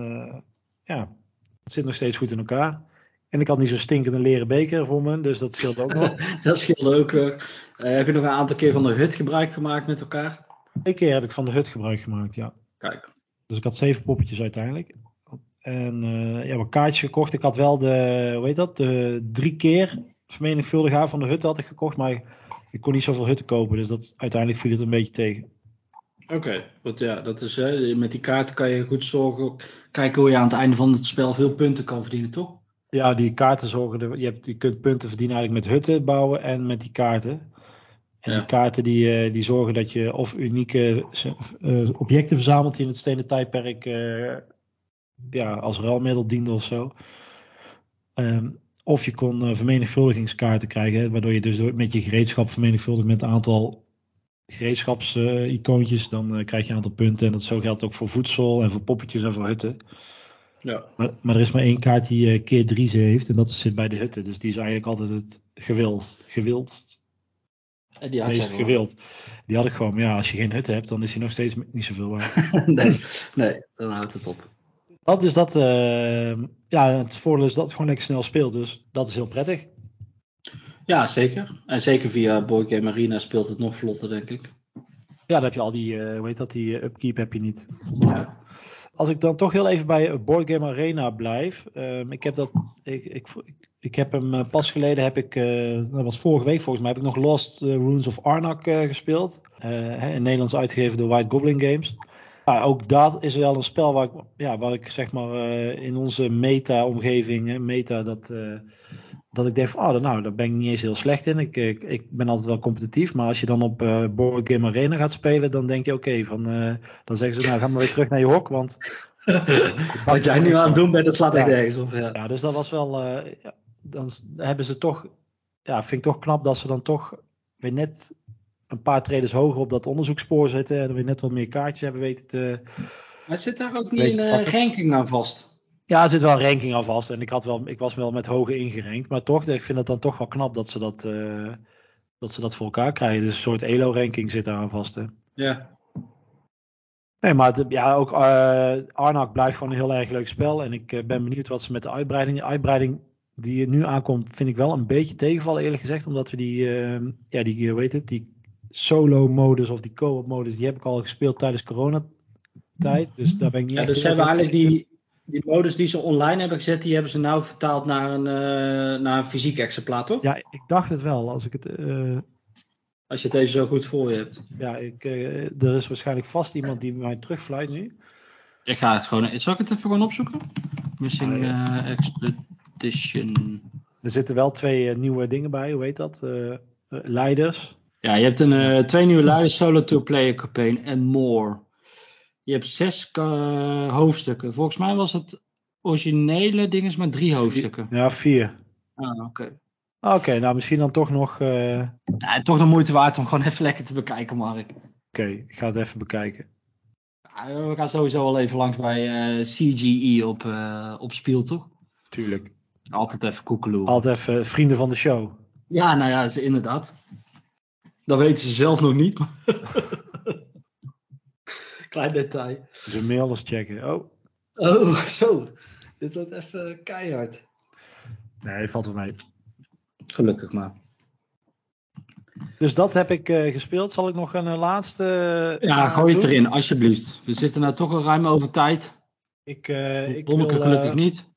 het zit nog steeds goed in elkaar. En ik had niet zo'n stinkende leren beker voor me, dus dat scheelt ook nog. Dat scheelt ook. Heb je nog een aantal keer van de hut gebruik gemaakt met elkaar? 1 keer heb ik van de hut gebruik gemaakt, ja. Kijk. Dus ik had 7 poppetjes uiteindelijk. En wat kaartjes gekocht. Ik had wel de 3 keer vermenigvuldiger van de hut had ik gekocht, maar ik kon niet zoveel hutten kopen, dus uiteindelijk viel het een beetje tegen. Oké, dat is met die kaarten kan je goed zorgen. Kijken hoe je aan het einde van het spel veel punten kan verdienen, toch? Ja, die kaarten zorgen. Je kunt punten verdienen eigenlijk met hutten bouwen en met die kaarten. En die kaarten die zorgen dat je of unieke objecten verzamelt die in het stenen tijdperk als ruilmiddel dienden of zo. Of je kon vermenigvuldigingskaarten krijgen, waardoor je dus met je gereedschap vermenigvuldigt met een aantal gereedschapsicoontjes, dan krijg je een aantal punten. En dat zo geldt ook voor voedsel en voor poppetjes en voor hutten. Ja. Maar er is maar 1 kaart die keer 3 heeft en dat zit bij de hutten. Dus die is eigenlijk altijd het gewildst. En die had meest gewild. Die had ik gewoon, maar als je geen hutten hebt, dan is hij nog steeds niet zoveel waard. nee, dan houdt het op. Het voordeel is dat het gewoon lekker snel speelt, dus dat is heel prettig. Ja, zeker. En zeker via Board Game Arena speelt het nog vlotter, denk ik. Ja, dan heb je al die, die upkeep heb je niet. Ja. als ik dan toch heel even bij Board Game Arena blijf. Ik heb hem pas geleden, dat was vorige week volgens mij, heb ik nog Lost Runes of Arnak gespeeld. In Nederlands uitgegeven door White Goblin Games. Ja, ook dat is wel een spel waar ik zeg maar in onze meta-omgeving, dat ik denk van, daar ben ik niet eens heel slecht in. Ik ben altijd wel competitief, maar als je dan op Board Game Arena gaat spelen, dan denk je dan zeggen ze, ga maar weer terug naar je hok, want... Wat jij nu aan het doen bent, dat slaat echt ergens op. Ja, dus dat was wel... dan hebben ze toch... Ja, vind ik toch knap dat ze dan toch weer net een paar traders hoger op dat onderzoekspoor zitten en weer net wat meer kaartjes hebben weten te... Maar zit daar ook niet een ranking aan vast? Ja, er zit wel een ranking aan vast. En ik was wel met hoge ingerankt. Maar toch, ik vind het dan toch wel knap dat ze dat voor elkaar krijgen. Dus een soort ELO-ranking zit daar aan vast. Hè. Ja. Nee, maar ook Arnak blijft gewoon een heel erg leuk spel. En ik ben benieuwd wat ze met de uitbreiding... De uitbreiding die nu aankomt, vind ik wel een beetje tegenvallen eerlijk gezegd. Omdat we die solo-modus of die co-op-modus, die heb ik al gespeeld tijdens coronatijd. Dus daar ben ik niet echt... Dus hebben eigenlijk die modus die ze online hebben gezet, die hebben ze nou vertaald naar een fysiek exemplaar, toch? Ja, ik dacht het wel. Als je het even zo goed voor je hebt. Ja, er is waarschijnlijk vast iemand die mij terugfluit nu. Ik ga het gewoon... Zal ik het even gewoon opzoeken? Missing Expedition. Er zitten wel 2 nieuwe dingen bij, hoe heet dat? Leiders. Ja, je hebt 2 nieuwe leiders, solo to-player campaign en more. Je hebt 6 hoofdstukken. Volgens mij was het originele ding is maar 3 hoofdstukken. Ja, 4. Oké. Oké, nou misschien dan toch nog... toch de moeite waard om gewoon even lekker te bekijken, Mark. Oké, ik ga het even bekijken. We gaan sowieso wel even langs bij CGE op Spiel, toch? Tuurlijk. Altijd even koekeloeren. Altijd even vrienden van de show. Ja, nou ja, inderdaad. Dat weten ze zelf nog niet. Maar klein detail. Dus mail eens checken. Oh, zo. Dit wordt even keihard. Nee, valt wel mee. Gelukkig maar. Dus dat heb ik gespeeld. Zal ik nog een laatste... gooi het erin, alsjeblieft. We zitten nou toch al ruim over tijd. Ik Lonneke gelukkig niet.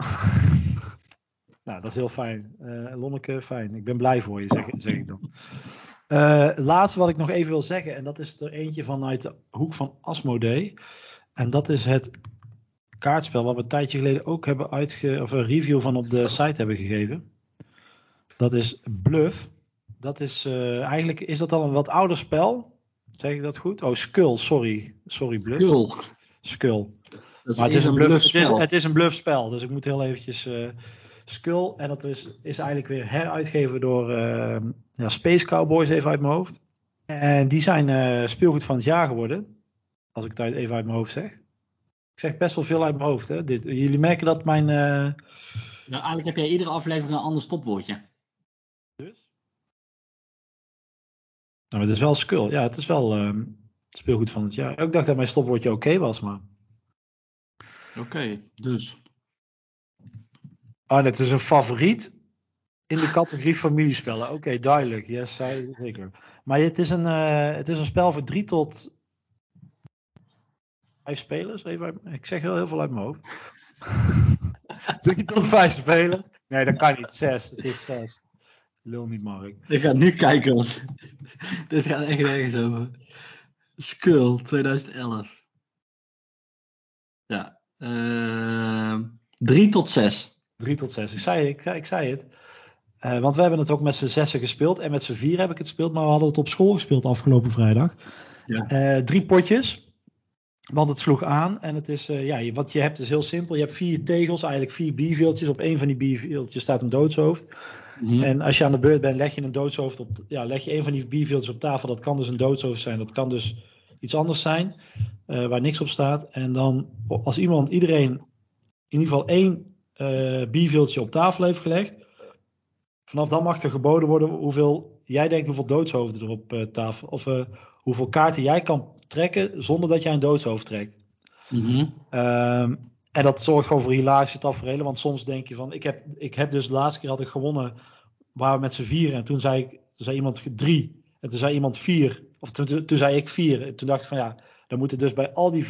Nou, dat is heel fijn. Lonneke, fijn. Ik ben blij voor je, zeg ik dan. Laatste wat ik nog even wil zeggen. En dat is er eentje vanuit de hoek van Asmodee. En dat is het kaartspel wat we een tijdje geleden ook hebben of een review van op de site hebben gegeven. Dat is Bluff. Dat is eigenlijk is dat al een wat ouder spel. Zeg ik dat goed? Oh, Skull, sorry. Sorry, Bluff. Skull. Maar het is een bluffspel. Dus ik moet heel eventjes Skull. En dat is eigenlijk weer heruitgegeven door Space Cowboys even uit mijn hoofd. En die zijn speelgoed van het jaar geworden. Als ik het even uit mijn hoofd zeg. Ik zeg best wel veel uit mijn hoofd. Hè? Jullie merken dat mijn... Nou, eigenlijk heb jij iedere aflevering een ander stopwoordje. Dus? Nou, het is wel Skull. Ja, het is wel speelgoed van het jaar. Ik dacht dat mijn stopwoordje oké was, maar... Oké, dus... Het is een favoriet in de categorie familiespellen. Oké, duidelijk. Yes, zeker. Maar het is een spel voor 3 tot 5 spelers. Ik zeg heel veel uit mijn hoofd. 3 tot 5 spelers? Nee, dat kan niet. 6. Het is 6. Lul niet, Mark. Ik ga nu kijken, want dit gaat echt ergens over. Skull 2011. Ja. 3 tot 6. 3 tot 6. Ik zei het. Want we hebben het ook met z'n 6 gespeeld. En met z'n 4 heb ik het gespeeld. Maar we hadden het op school gespeeld afgelopen vrijdag. Ja. 3 potjes. Want het sloeg aan. En het is, wat je hebt is heel simpel. Je hebt 4 tegels, eigenlijk 4 bierveeltjes. Op één van die bierveeltjes staat een doodshoofd. Mm-hmm. En als je aan de beurt bent, leg je een doodshoofd op. Leg je een van die bierveeltjes op tafel. Dat kan dus een doodshoofd zijn. Dat kan dus iets anders zijn. Waar niks op staat. En dan, als iedereen in ieder geval 1 bierveeltje op tafel heeft gelegd. Vanaf dan mag er geboden worden hoeveel jij denkt hoeveel doodshoofden er op tafel. Of hoeveel kaarten jij kan trekken zonder dat jij een doodshoofd trekt. Mm-hmm. En dat zorgt gewoon voor hilarische taferelen. Want soms denk je van, ik heb dus de laatste keer had ik gewonnen, waren we met z'n 4. En toen zei iemand 3. En toen zei iemand 4. Of toen zei ik 4. En toen dacht ik van dan moeten dus bij al die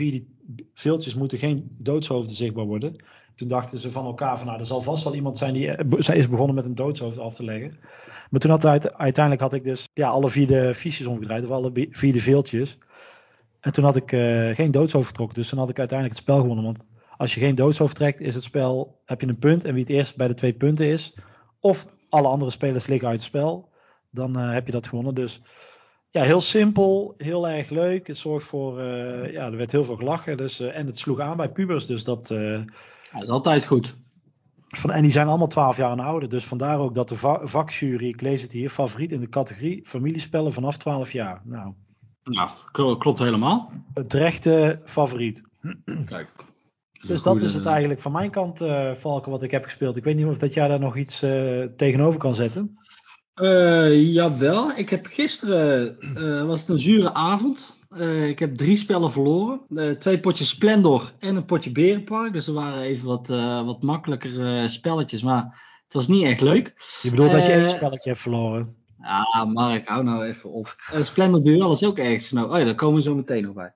veeltjes moeten geen doodshoofden zichtbaar worden. Toen dachten ze van elkaar van, nou, er zal vast wel iemand zijn die is begonnen met een doodshoofd af te leggen. Maar toen uiteindelijk had ik dus alle 4 de fiches omgedraaid, of alle 4 de veeltjes. En toen had ik geen doodshoofd getrokken, dus toen had ik uiteindelijk het spel gewonnen. Want als je geen doodshoofd trekt, is het spel, heb je een punt. En wie het eerst bij de 2 punten is, of alle andere spelers liggen uit het spel, dan heb je dat gewonnen. Dus ja, heel simpel, heel erg leuk. Het zorgt voor, er werd heel veel gelachen. Dus, en het sloeg aan bij pubers, dus dat... dat is altijd goed. En die zijn allemaal 12 jaar en ouder. Dus vandaar ook dat de vakjury, ik lees het hier, favoriet in de categorie familiespellen vanaf 12 jaar. Nou, klopt helemaal. Het rechte favoriet. Kijk. Dus dat is het eigenlijk van mijn kant, Valken, wat ik heb gespeeld. Ik weet niet of dat jij daar nog iets tegenover kan zetten. Jawel, ik heb gisteren, was het een zure avond. Ik heb 3 spellen verloren. 2 potjes Splendor en een potje Berenpark. Dus er waren even wat makkelijker spelletjes, maar het was niet echt leuk. Je bedoelt dat je 1 spelletje hebt verloren? Ja, Mark, hou nou even op. Splendor Duel is ook ergens genomen. Oh ja, daar komen we zo meteen nog bij.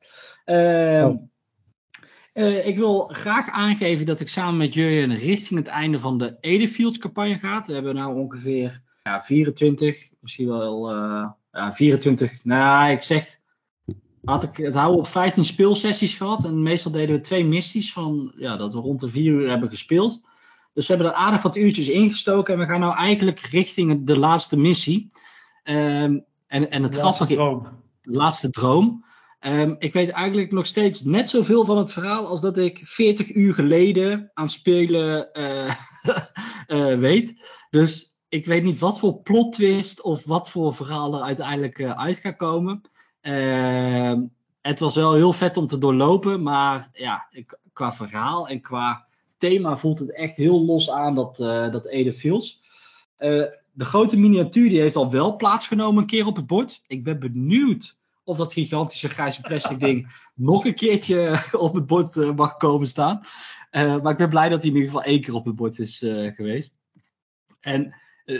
Ik wil graag aangeven dat ik samen met Jurjen richting het einde van de Edefields campagne ga. We hebben nou ongeveer 24, misschien wel 24. Nou, ik zeg, had ik het houden op 15 speelsessies gehad. En meestal deden we 2 missies van, dat we rond de 4 uur hebben gespeeld. Dus we hebben er aardig wat uurtjes ingestoken. En we gaan nou eigenlijk richting de laatste missie. En het grappige, de laatste droom. Ik weet eigenlijk nog steeds net zoveel van het verhaal als dat ik 40 uur geleden aan spelen weet. Dus ik weet niet wat voor plot twist of wat voor verhaal er uiteindelijk uit gaat komen. Het was wel heel vet om te doorlopen, maar qua verhaal en qua thema voelt het echt heel los aan dat Edefields. De grote miniatuur die heeft al wel plaatsgenomen een keer op het bord. Ik ben benieuwd of dat gigantische grijze plastic ding nog een keertje op het bord mag komen staan. Maar ik ben blij dat hij in ieder geval 1 keer op het bord is geweest. En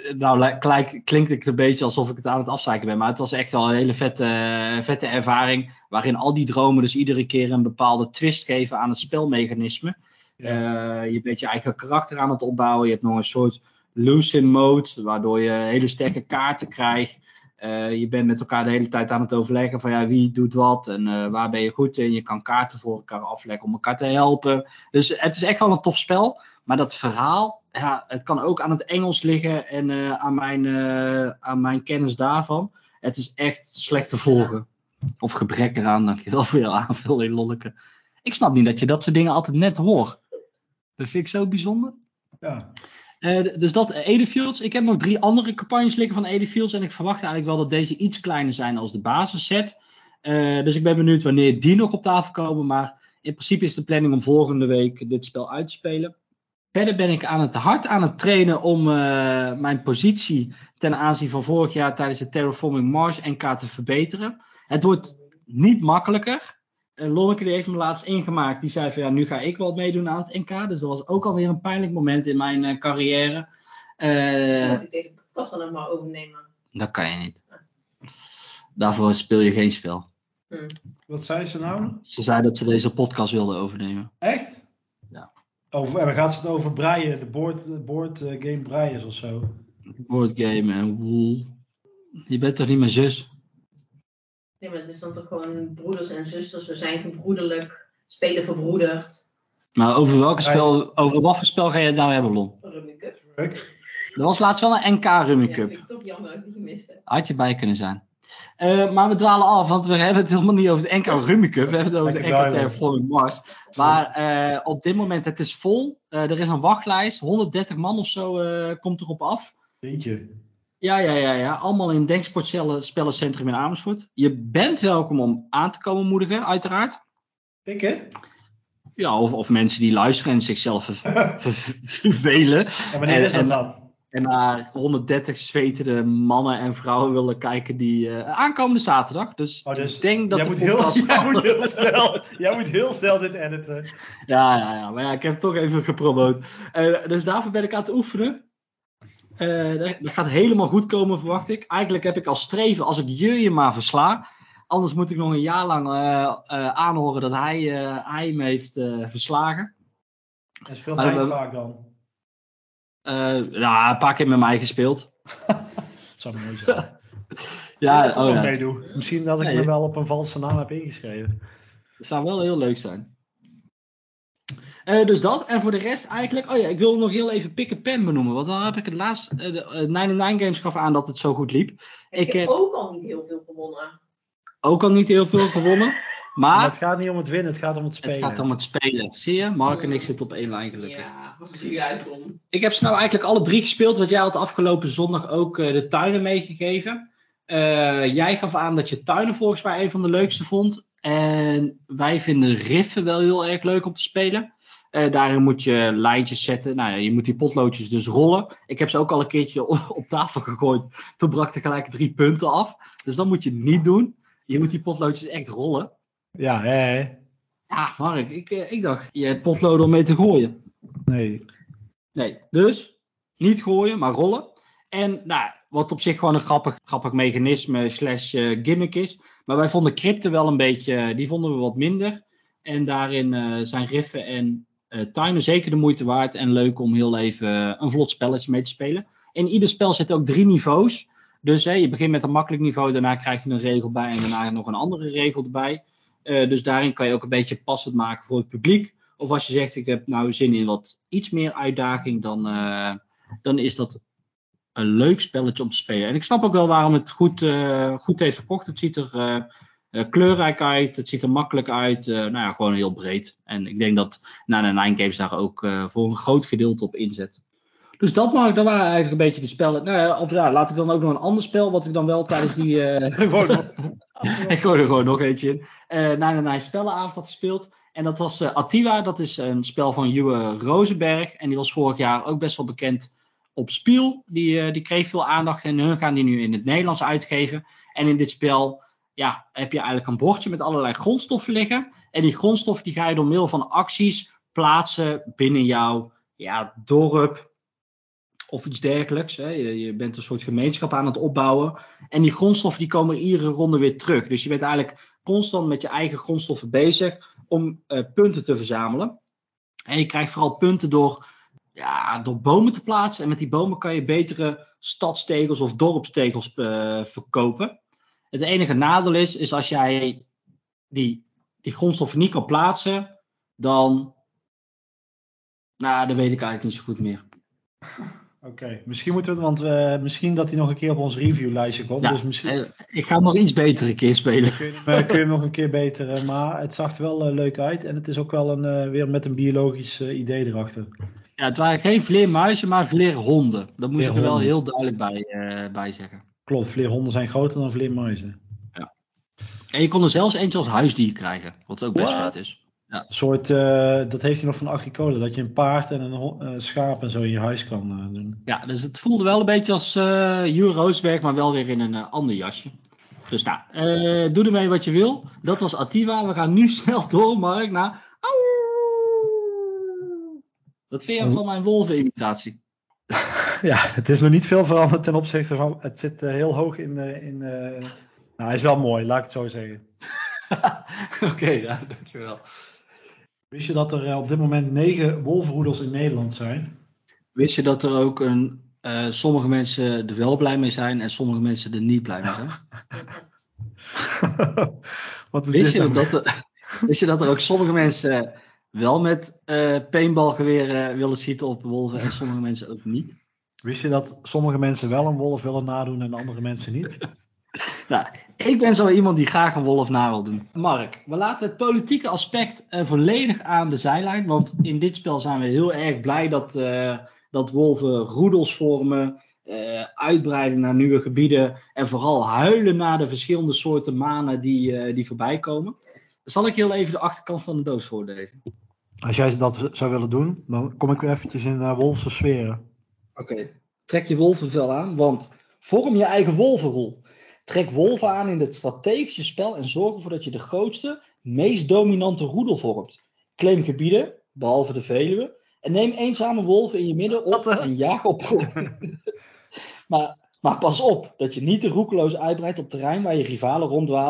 klinkt het een beetje alsof ik het aan het afzeiken ben. Maar het was echt wel een hele vette ervaring. Waarin al die dromen dus iedere keer een bepaalde twist geven aan het spelmechanisme. Je bent je eigen karakter aan het opbouwen. Je hebt nog een soort lose-in mode. Waardoor je hele sterke kaarten krijgt. Je bent met elkaar de hele tijd aan het overleggen van wie doet wat en waar ben je goed in. Je kan kaarten voor elkaar afleggen om elkaar te helpen. Dus het is echt wel een tof spel. Maar dat verhaal, het kan ook aan het Engels liggen en aan mijn kennis daarvan. Het is echt slecht te volgen. Of gebrek eraan, dankjewel voor je aanvulling, Lonneke. Ik snap niet dat je dat soort dingen altijd net hoort. Dat vind ik zo bijzonder. Ja. Dus dat Edefields. Ik heb nog 3 andere campagnes liggen van Edefields. En ik verwacht eigenlijk wel dat deze iets kleiner zijn als de basisset. Dus ik ben benieuwd wanneer die nog op tafel komen. Maar in principe is de planning om volgende week dit spel uit te spelen. Verder ben ik hard aan het trainen om mijn positie ten aanzien van vorig jaar tijdens de Terraforming Mars NK te verbeteren. Het wordt niet makkelijker. Lonneke die heeft me laatst ingemaakt. Die zei van nu ga ik wel meedoen aan het NK. Dus dat was ook alweer een pijnlijk moment in mijn carrière. Moet ik deze podcast dan nog maar overnemen? Dat kan je niet. Daarvoor speel je geen spel. Wat zei ze nou? Ze zei dat ze deze podcast wilde overnemen. Echt? Ja. En dan gaat ze het over breien. De board game breien of zo. Boardgame en wool. Je bent toch niet mijn zus? Nee, maar het is dan toch gewoon broeders en zusters. We zijn gebroederlijk. Spelen verbroederd. Maar over wat voor spel ga je het nou hebben, Lon? Rummy Cup. Er was laatst wel een NK Rummy Cup. Ja, vind ik toch jammer dat ik die gemist heb. Had je bij kunnen zijn. Maar we dwalen af, want we hebben het helemaal niet over het NK Rummy Cup. We hebben het over de NK Terraforming Mars. Maar op dit moment, het is vol. Er is een wachtlijst. 130 man of zo komt erop af. Jeetje. Ja. Allemaal in Denksportspellencentrum in Amersfoort. Je bent welkom om aan te komen moedigen, uiteraard. Ik hè? Ja, of mensen die luisteren en zichzelf vervelen. En wanneer is dat dan? En naar 130 zwetende mannen en vrouwen willen kijken die aankomende zaterdag. Dus ik denk dat de podcast... Jij moet heel snel dit editen. Ja. Maar ik heb het toch even gepromoot. Dus daarvoor ben ik aan het oefenen. Dat gaat helemaal goed komen, verwacht ik. Eigenlijk heb ik als streven, als ik jullie maar versla, Anders moet ik nog een jaar lang aanhoren dat hij me heeft verslagen. En speelt hij het vaak dan? Een paar keer met mij gespeeld. Dat zou mooi zijn. Ja, meedoen. Misschien dat ik me wel op een valse naam heb ingeschreven. Dat zou wel heel leuk zijn. Dus dat. En voor de rest eigenlijk... ik wil nog heel even Pick and Pen benoemen. Want dan heb ik het laatst... 99 Games gaf aan dat het zo goed liep. Ik heb ook al niet heel veel gewonnen. Ook al niet heel veel gewonnen. Maar het gaat niet om het winnen, het gaat om het spelen. Het gaat om het spelen. Zie je? Mark en ik zitten op één lijn gelukkig. Ja, als die uitkomt. Ik heb ze nou eigenlijk alle 3 gespeeld. Want jij had afgelopen zondag ook de tuinen meegegeven. Jij gaf aan dat je tuinen volgens mij een van de leukste vond. En wij vinden riffen wel heel erg leuk om te spelen. Daarin moet je lijntjes zetten. Nou ja, je moet die potloodjes dus rollen. Ik heb ze ook al een keertje op tafel gegooid. Toen brak er gelijk 3 punten af. Dus dat moet je niet doen. Je moet die potloodjes echt rollen. Ja, hè. Ja, Mark, ik dacht, je hebt potloden om mee te gooien. Nee, dus niet gooien, maar rollen. En nou, wat op zich gewoon een grappig mechanisme / gimmick is. Maar wij vonden crypten wel een beetje, die vonden we wat minder. En daarin zijn riffen en tuinen zeker de moeite waard. En leuk om heel even een vlot spelletje mee te spelen. In ieder spel zitten ook 3 niveaus. Dus je begint met een makkelijk niveau, daarna krijg je een regel bij en daarna nog een andere regel erbij. Dus daarin kan je ook een beetje passend maken voor het publiek. Of als je zegt, ik heb nou zin in wat iets meer uitdaging, dan is dat een leuk spelletje om te spelen. En ik snap ook wel waarom het goed heeft verkocht. Het ziet er kleurrijk uit, het ziet er makkelijk uit. Gewoon heel breed. En ik denk dat 99 Games daar ook voor een groot gedeelte op inzet. Dus dat waren eigenlijk een beetje de spellen. Laat ik dan ook nog een ander spel, wat ik dan wel tijdens die... Ik gooi er gewoon nog eentje in. 99 spellenavond had gespeeld. En dat was Attiwa. Dat is een spel van Uwe Rosenberg. En die was vorig jaar ook best wel bekend op Spiel. Die kreeg veel aandacht. En hun gaan die nu in het Nederlands uitgeven. En in dit spel heb je eigenlijk een bordje met allerlei grondstoffen liggen. En die grondstoffen die ga je door middel van acties plaatsen binnen jouw dorp. Of iets dergelijks. Hè. Je bent een soort gemeenschap aan het opbouwen. En die grondstoffen die komen iedere ronde weer terug. Dus je bent eigenlijk constant met je eigen grondstoffen bezig om punten te verzamelen. En je krijgt vooral punten door bomen te plaatsen. En met die bomen kan je betere stadstegels of dorpstegels verkopen. Het enige nadeel is als jij die grondstoffen niet kan plaatsen, dan weet ik eigenlijk niet zo goed meer. Oké, misschien moeten we het, want misschien dat hij nog een keer op ons reviewlijstje komt. Ja, dus misschien... Ik ga hem nog iets beter een keer spelen. Kun je hem nog een keer beter, maar het zag er wel leuk uit. En het is ook wel weer met een biologisch idee erachter. Ja, het waren geen vleermuizen, maar vleerhonden. Dat moest ik er wel heel duidelijk bij zeggen. Klopt, vleerhonden zijn groter dan vleermuizen. Ja. En je kon er zelfs eentje als huisdier krijgen, wat ook best vet is. Ja. Een soort, dat heeft hij nog van Agricola, dat je een paard en een schaap en zo in je huis kan doen. Ja, dus het voelde wel een beetje als Uwe Roosberg, maar wel weer in een ander jasje. Dus doe ermee wat je wil. Dat was Attiwa. We gaan nu snel door, Mark, naar... Wat vind je van mijn wolvenimitatie? Ja, het is nog niet veel veranderd ten opzichte van... Het zit heel hoog in... hij is wel mooi, laat ik het zo zeggen. Oké, dankjewel. Wist je dat er op dit moment 9 wolvenroedels in Nederland zijn? Wist je dat er ook sommige mensen er wel blij mee zijn en sommige mensen er niet blij mee zijn? Wist je dat er ook sommige mensen wel met paintballgeweren willen schieten op wolven en sommige mensen ook niet? Wist je dat sommige mensen wel een wolf willen nadoen en andere mensen niet? Nou, ik ben zo iemand die graag een wolf na wil doen. Mark, we laten het politieke aspect volledig aan de zijlijn. Want in dit spel zijn we heel erg blij dat wolven roedels vormen, uitbreiden naar nieuwe gebieden en vooral huilen naar de verschillende soorten manen die voorbij komen. Zal ik heel even de achterkant van de doos voorlezen? Als jij dat zou willen doen, dan kom ik weer eventjes in wolfse sferen. Oké. Trek je wolvenvel aan, want vorm je eigen wolvenrol. Trek wolven aan in het strategische spel en zorg ervoor dat je de grootste, meest dominante roedel vormt. Claim gebieden, behalve de Veluwe, en neem eenzame wolven in je midden op en jaag op. maar pas op dat je niet te roekeloos uitbreidt op terrein waar je rivalen ronddwalen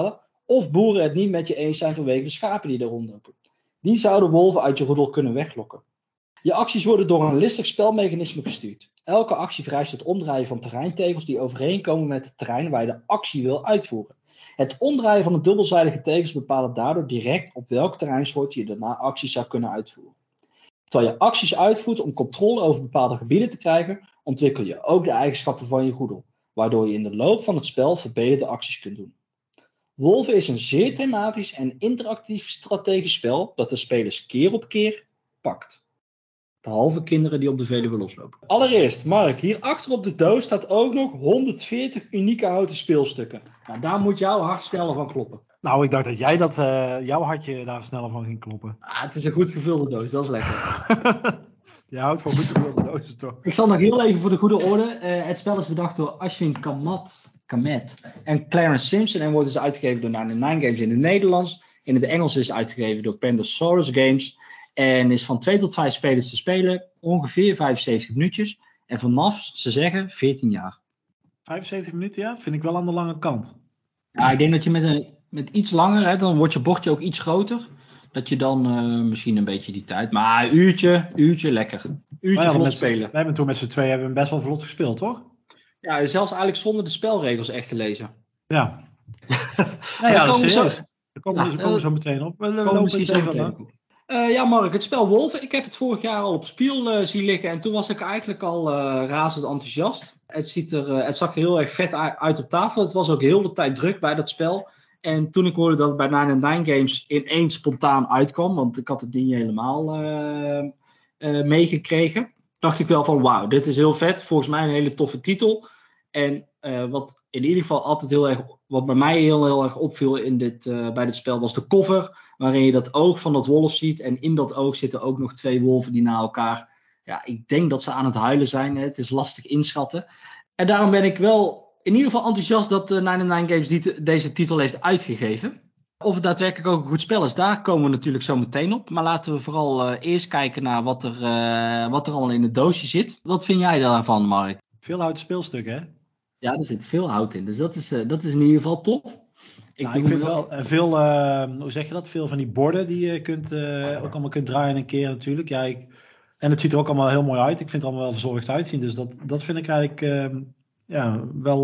of boeren het niet met je eens zijn vanwege de schapen die er rondlopen. Die zouden wolven uit je roedel kunnen weglokken. Je acties worden door een listig spelmechanisme gestuurd. Elke actie vereist het omdraaien van terreintegels die overeenkomen met het terrein waar je de actie wil uitvoeren. Het omdraaien van de dubbelzijdige tegels bepaalt daardoor direct op welk terreinsoort je daarna acties zou kunnen uitvoeren. Terwijl je acties uitvoert om controle over bepaalde gebieden te krijgen, ontwikkel je ook de eigenschappen van je roedel, waardoor je in de loop van het spel verbeterde acties kunt doen. Wolven is een zeer thematisch en interactief strategisch spel dat de spelers keer op keer pakt. Behalve kinderen die op de Veluwe loslopen. Allereerst, Mark, hier achter op de doos staat ook nog 140 unieke houten speelstukken. Nou, daar moet jouw hart sneller van kloppen. Nou, ik dacht dat jij jouw hartje daar sneller van ging kloppen. Het is een goed gevulde doos, dat is lekker. Je houdt van goed gevulde dozen toch? Ik zal nog heel even voor de goede orde. Het spel is bedacht door Ashwin Kamet en Clarence Simpson en wordt dus uitgegeven door 99 Games in het Nederlands. In het Engels is het uitgegeven door Pandasaurus Games. En is van 2 tot 5 spelers te spelen. Ongeveer 75 minuutjes. En vanaf, ze zeggen, 14 jaar. 75 minuten, ja? Vind ik wel aan de lange kant. Ja, ik denk dat je met iets langer, dan wordt je bordje ook iets groter. Dat je dan misschien een beetje die tijd. Maar een uurtje lekker. Uurtje vlot spelen. Wij hebben toen met z'n tweeën hebben we best wel vlot gespeeld, toch? Ja, zelfs eigenlijk zonder de spelregels echt te lezen. Ja. Nou ja, komen we komen zo meteen op. We lopen lopen zo meteen op. Ja, Mark, het spel Wolven. Ik heb het vorig jaar al op Spiel zien liggen. En toen was ik eigenlijk al razend enthousiast. Het zag er heel erg vet uit op tafel. Het was ook heel de tijd druk bij dat spel. En toen ik hoorde dat het bij 99 Games ineens spontaan uitkwam. Want ik had het niet helemaal meegekregen. Dacht ik wel van wauw, dit is heel vet. Volgens mij een hele toffe titel. En wat in ieder geval altijd heel erg, wat bij mij heel erg opviel bij dit spel was de cover. Waarin je dat oog van dat wolf ziet. En in dat oog zitten ook nog 2 wolven die na elkaar. Ja, ik denk dat ze aan het huilen zijn. Het is lastig inschatten. En daarom ben ik wel in ieder geval enthousiast dat 99 Games deze titel heeft uitgegeven. Of het daadwerkelijk ook een goed spel is, daar komen we natuurlijk zo meteen op. Maar laten we vooral eerst kijken naar wat er allemaal in het doosje zit. Wat vind jij daarvan, Mark? Veel houten speelstukken, hè? Ja, er zit veel hout in. Dus dat is in ieder geval tof. Ik vind wel veel, hoe zeg je dat? Veel van die borden die je ook allemaal kunt draaien een keer natuurlijk. Ja, en het ziet er ook allemaal heel mooi uit. Ik vind het allemaal wel verzorgd uitzien. Dus dat vind ik eigenlijk wel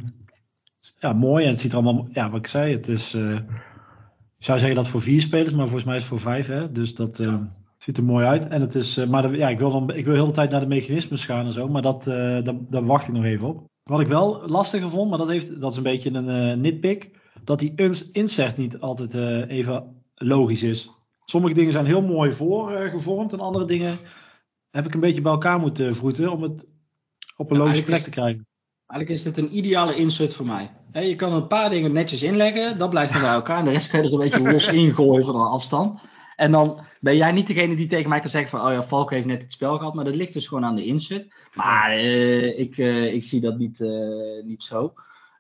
mooi. En het ziet er allemaal, ja, wat ik zei, het is, ik zou zeggen dat voor 4 spelers, maar volgens mij is het voor 5. Hè? Dus dat ziet er mooi uit. En het is, ik wil heel de tijd naar de mechanismes gaan en zo. Maar daar wacht ik nog even op. Wat ik wel lastiger vond, maar dat is een beetje een nitpick. Dat die insert niet altijd even logisch is. Sommige dingen zijn heel mooi gevormd. En andere dingen heb ik een beetje bij elkaar moeten vroeten. Om het op een logische plek te krijgen. Eigenlijk is dit een ideale insert voor mij. Je kan een paar dingen netjes inleggen. Dat blijft dan bij elkaar. En de rest kan je er een beetje los ingooien van de afstand. En dan ben jij niet degene die tegen mij kan zeggen van... Oh ja, Falco heeft net het spel gehad. Maar dat ligt dus gewoon aan de insert. Maar ik zie dat niet zo.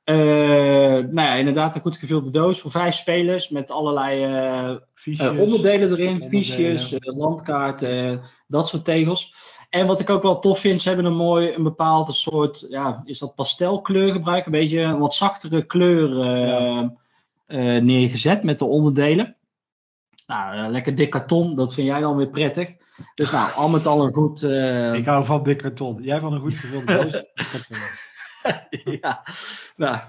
Inderdaad een goed gevulde doos voor 5 spelers. Met allerlei onderdelen erin. Fiches, landkaarten, dat soort tegels. En wat ik ook wel tof vind, ze hebben een bepaalde soort... Ja, is dat pastelkleur gebruiken? Een beetje een wat zachtere kleur neergezet met de onderdelen. Nou, lekker dik karton, dat vind jij dan weer prettig. Dus nou, al met al een goed... Ik hou van dik karton. Jij van een goed gevulde doos? Ja, nou...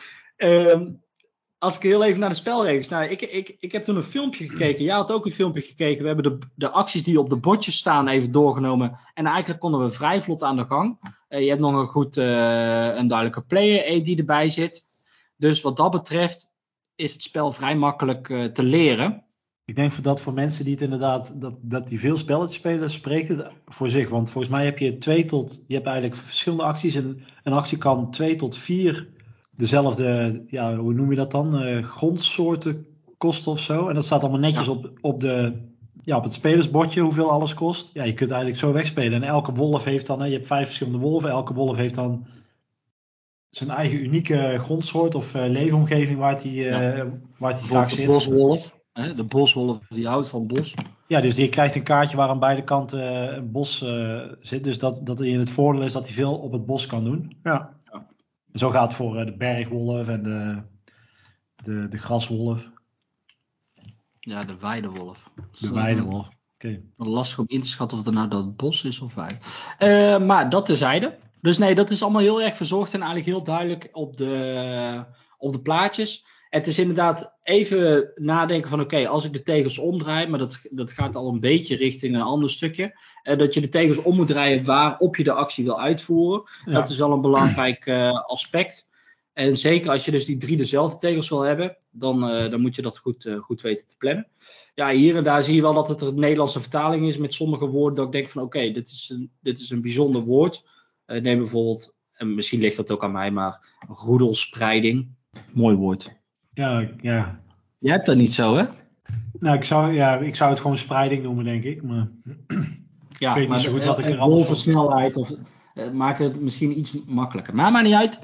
als ik heel even naar de spelregels... Nou, ik heb toen een filmpje gekeken. Jij had ook een filmpje gekeken. We hebben de acties die op de bordjes staan even doorgenomen. En eigenlijk konden we vrij vlot aan de gang. Je hebt nog een duidelijke player aid die erbij zit. Dus wat dat betreft is het spel vrij makkelijk te leren. Ik denk dat voor mensen die het inderdaad, dat die veel spelletjes spelen, spreekt het voor zich. Want volgens mij heb je je hebt eigenlijk verschillende acties. En een actie kan 2 tot 4 dezelfde, ja, hoe noem je dat dan? Grondsoorten kosten of zo. En dat staat allemaal netjes op het spelersbordje, hoeveel alles kost. Ja, je kunt eigenlijk zo wegspelen. En elke wolf heeft dan, je hebt 5 verschillende wolven. Elke wolf heeft dan zijn eigen unieke grondsoort of leefomgeving waar hij graag zit. De boswolf. De boswolf die houdt van bos. Ja, dus die krijgt een kaartje waar aan beide kanten een bos zit. Dus dat in het voordeel is dat hij veel op het bos kan doen. Ja. En zo gaat het voor de bergwolf en De graswolf. Ja, de weidewolf. De weidewolf. Oké. Lastig om in te schatten of het nou dat bos is of weide. Maar dat terzijde. Dus nee, dat is allemaal heel erg verzorgd en eigenlijk heel duidelijk op de plaatjes. Het is inderdaad even nadenken van oké, als ik de tegels omdraai, maar dat gaat al een beetje richting een ander stukje. Dat je de tegels om moet draaien waarop je de actie wil uitvoeren. Ja. Dat is wel een belangrijk aspect. En zeker als je dus die 3 dezelfde tegels wil hebben, dan moet je dat goed weten te plannen. Ja, hier en daar zie je wel dat het een Nederlandse vertaling is met sommige woorden dat ik denk van oké, dit is een bijzonder woord. Neem bijvoorbeeld, en misschien ligt dat ook aan mij, maar roedelspreiding. Mooi woord. Ja. Je hebt dat niet zo, hè? Nou, ik zou het gewoon spreiding noemen, denk ik. Maar Ja, ik weet niet zo goed wat ik er anders anders snelheid of maken het misschien iets makkelijker. Maar maakt niet uit.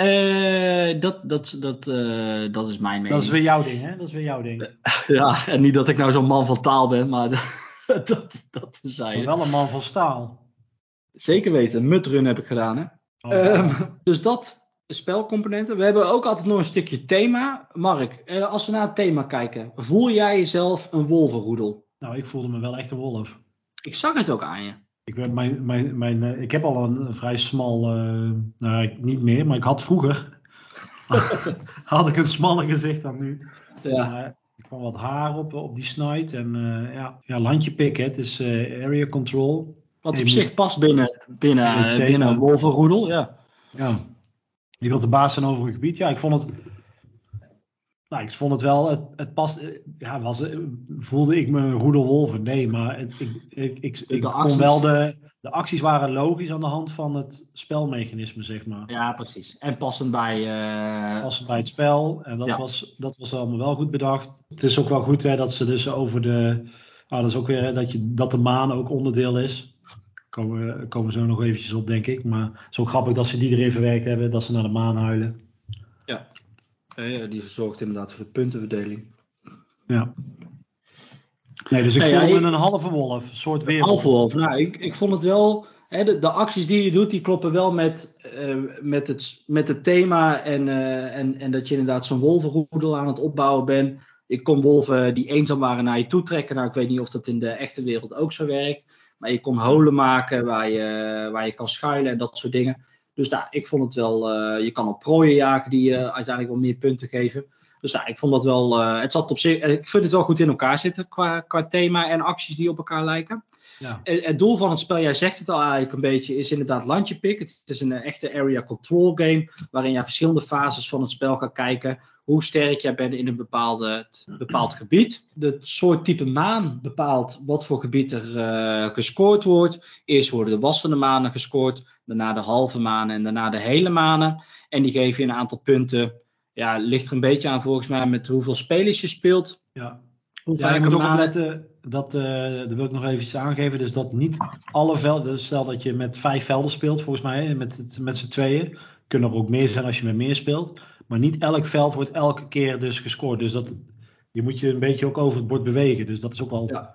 Dat is mijn mening. Dat is weer jouw ding, hè? Dat is weer jouw ding. Ja, en niet dat ik nou zo'n man van taal ben, maar dat zei Maar wel een man van staal. Zeker weten. Mutrun heb ik gedaan, hè? Dus dat spelcomponenten. We hebben ook altijd nog een stukje thema. Mark, als we naar het thema kijken. Voel jij jezelf een wolvenroedel? Nou, ik voelde me wel echt een wolf. Ik zag het ook aan je. Ik heb al een vrij smal, niet meer, maar ik had vroeger had ik een smaller gezicht dan nu. Ja. Er kwam wat haar op die snuit en landje pikken, het is area control. Wat op zich past binnen een wolvenroedel, ja. Ja, je wilt de baas zijn over een gebied. Ja, ik vond het wel, het past, voelde ik me een roedelwolven? Nee, maar ik kon wel de acties waren logisch aan de hand van het spelmechanisme, zeg maar. Ja, precies. En passend bij het spel. En dat was allemaal wel goed bedacht. Het is ook wel goed dat ze dus over dat is ook weer dat de maan ook onderdeel is. Komen we zo nog eventjes op, denk ik. Maar het is ook grappig dat ze die erin verwerkt hebben, dat ze naar de maan huilen. Ja. Die zorgt inderdaad voor de puntenverdeling. Ja. Nee, dus ik voelde me een halve wolf, een soort weerwolf. Halve wolf. Nou, ik vond het wel. De acties die je doet, die kloppen wel met het thema en dat je inderdaad zo'n wolvenroedel aan het opbouwen bent. Je kon wolven die eenzaam waren naar je toe trekken. Nou, ik weet niet of dat in de echte wereld ook zo werkt. Maar je kon holen maken waar je kan schuilen en dat soort dingen. Dus ik vond het wel, je kan op prooien jagen die je uiteindelijk wel meer punten geven. Dus ik vond dat wel, het zat op zich, ik vind het wel goed in elkaar zitten qua thema en acties die op elkaar lijken. Ja. Het doel van het spel, jij zegt het al eigenlijk een beetje, is inderdaad landje pikken. Het is een echte area control game, waarin je verschillende fases van het spel gaat kijken. Hoe sterk jij bent in een bepaald gebied. De soort type maan bepaalt wat voor gebied er gescoord wordt. Eerst worden de wassende manen gescoord, daarna de halve manen en daarna de hele manen. En die geven je een aantal punten. Ja, ligt er een beetje aan volgens mij met hoeveel spelers je speelt. Ja. Je moet ook opletten, dat wil ik nog eventjes aangeven, dus dat niet alle velden, stel dat je met 5 velden speelt volgens mij, met z'n tweeën, kunnen er ook meer zijn als je met meer speelt, maar niet elk veld wordt elke keer dus gescoord, dus je moet je een beetje ook over het bord bewegen, dus dat is ook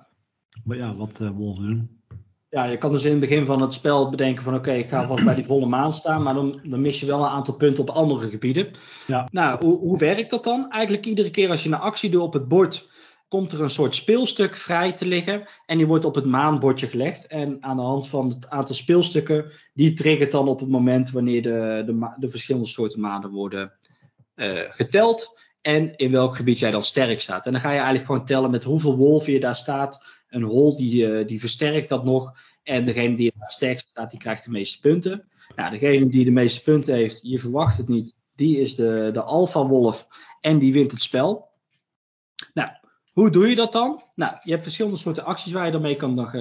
wel wat wolven doen. Ja, je kan dus in het begin van het spel bedenken van oké, ik ga vast bij die volle maan staan, maar dan mis je wel een aantal punten op andere gebieden. Ja. Nou, hoe werkt dat dan? Eigenlijk iedere keer als je een actie doet op het bord, komt er een soort speelstuk vrij te liggen en die wordt op het maanbordje gelegd. En aan de hand van het aantal speelstukken, die triggert dan op het moment wanneer de verschillende soorten manen worden geteld. En in welk gebied jij dan sterk staat. En dan ga je eigenlijk gewoon tellen met hoeveel wolven je daar staat. Een hol die versterkt dat nog. En degene die het sterkst staat, die krijgt de meeste punten. Nou, degene die de meeste punten heeft, je verwacht het niet. Die is de alpha wolf en die wint het spel. Nou, hoe doe je dat dan? Nou, je hebt verschillende soorten acties waar je dan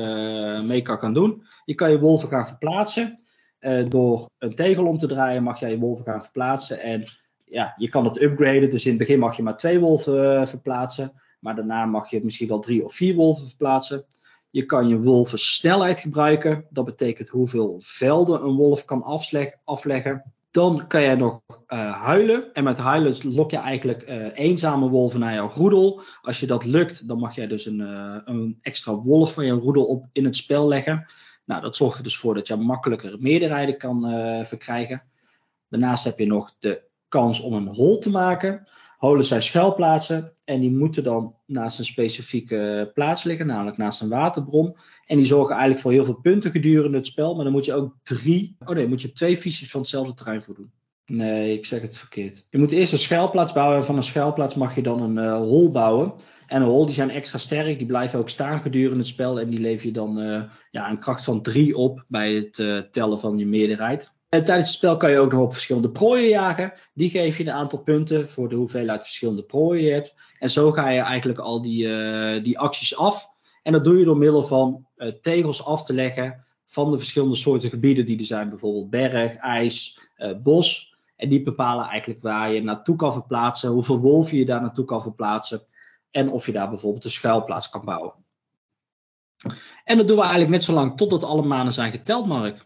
mee kan doen. Je kan je wolven gaan verplaatsen. Door een tegel om te draaien mag jij je wolven gaan verplaatsen. En ja, je kan het upgraden. Dus in het begin mag je maar 2 wolven verplaatsen. Maar daarna mag je misschien wel 3 of 4 wolven verplaatsen. Je kan je wolven snelheid gebruiken. Dat betekent hoeveel velden een wolf kan afleggen. Dan kan je nog huilen. En met huilen lok je eigenlijk eenzame wolven naar jouw roedel. Als je dat lukt, dan mag jij dus een extra wolf van je roedel op in het spel leggen. Nou, dat zorgt er dus voor dat je makkelijker meerderheden kan verkrijgen. Daarnaast heb je nog de kans om een hol te maken. Holen zijn schuilplaatsen en die moeten dan naast een specifieke plaats liggen, namelijk naast een waterbron. En die zorgen eigenlijk voor heel veel punten gedurende het spel, maar dan moet je ook 2 visies van hetzelfde terrein voor doen. Nee, ik zeg het verkeerd. Je moet eerst een schuilplaats bouwen en van een schuilplaats mag je dan een hol bouwen. En een hol die zijn extra sterk, die blijven ook staan gedurende het spel en die lever je dan een kracht van 3 op bij het tellen van je meerderheid. En tijdens het spel kan je ook nog op verschillende prooien jagen. Die geef je een aantal punten voor de hoeveelheid verschillende prooien je hebt. En zo ga je eigenlijk al die acties af. En dat doe je door middel van tegels af te leggen van de verschillende soorten gebieden die er zijn. Bijvoorbeeld berg, ijs, bos. En die bepalen eigenlijk waar je naartoe kan verplaatsen. Hoeveel wolven je daar naartoe kan verplaatsen. En of je daar bijvoorbeeld een schuilplaats kan bouwen. En dat doen we eigenlijk net zo lang totdat alle manen zijn geteld, Mark.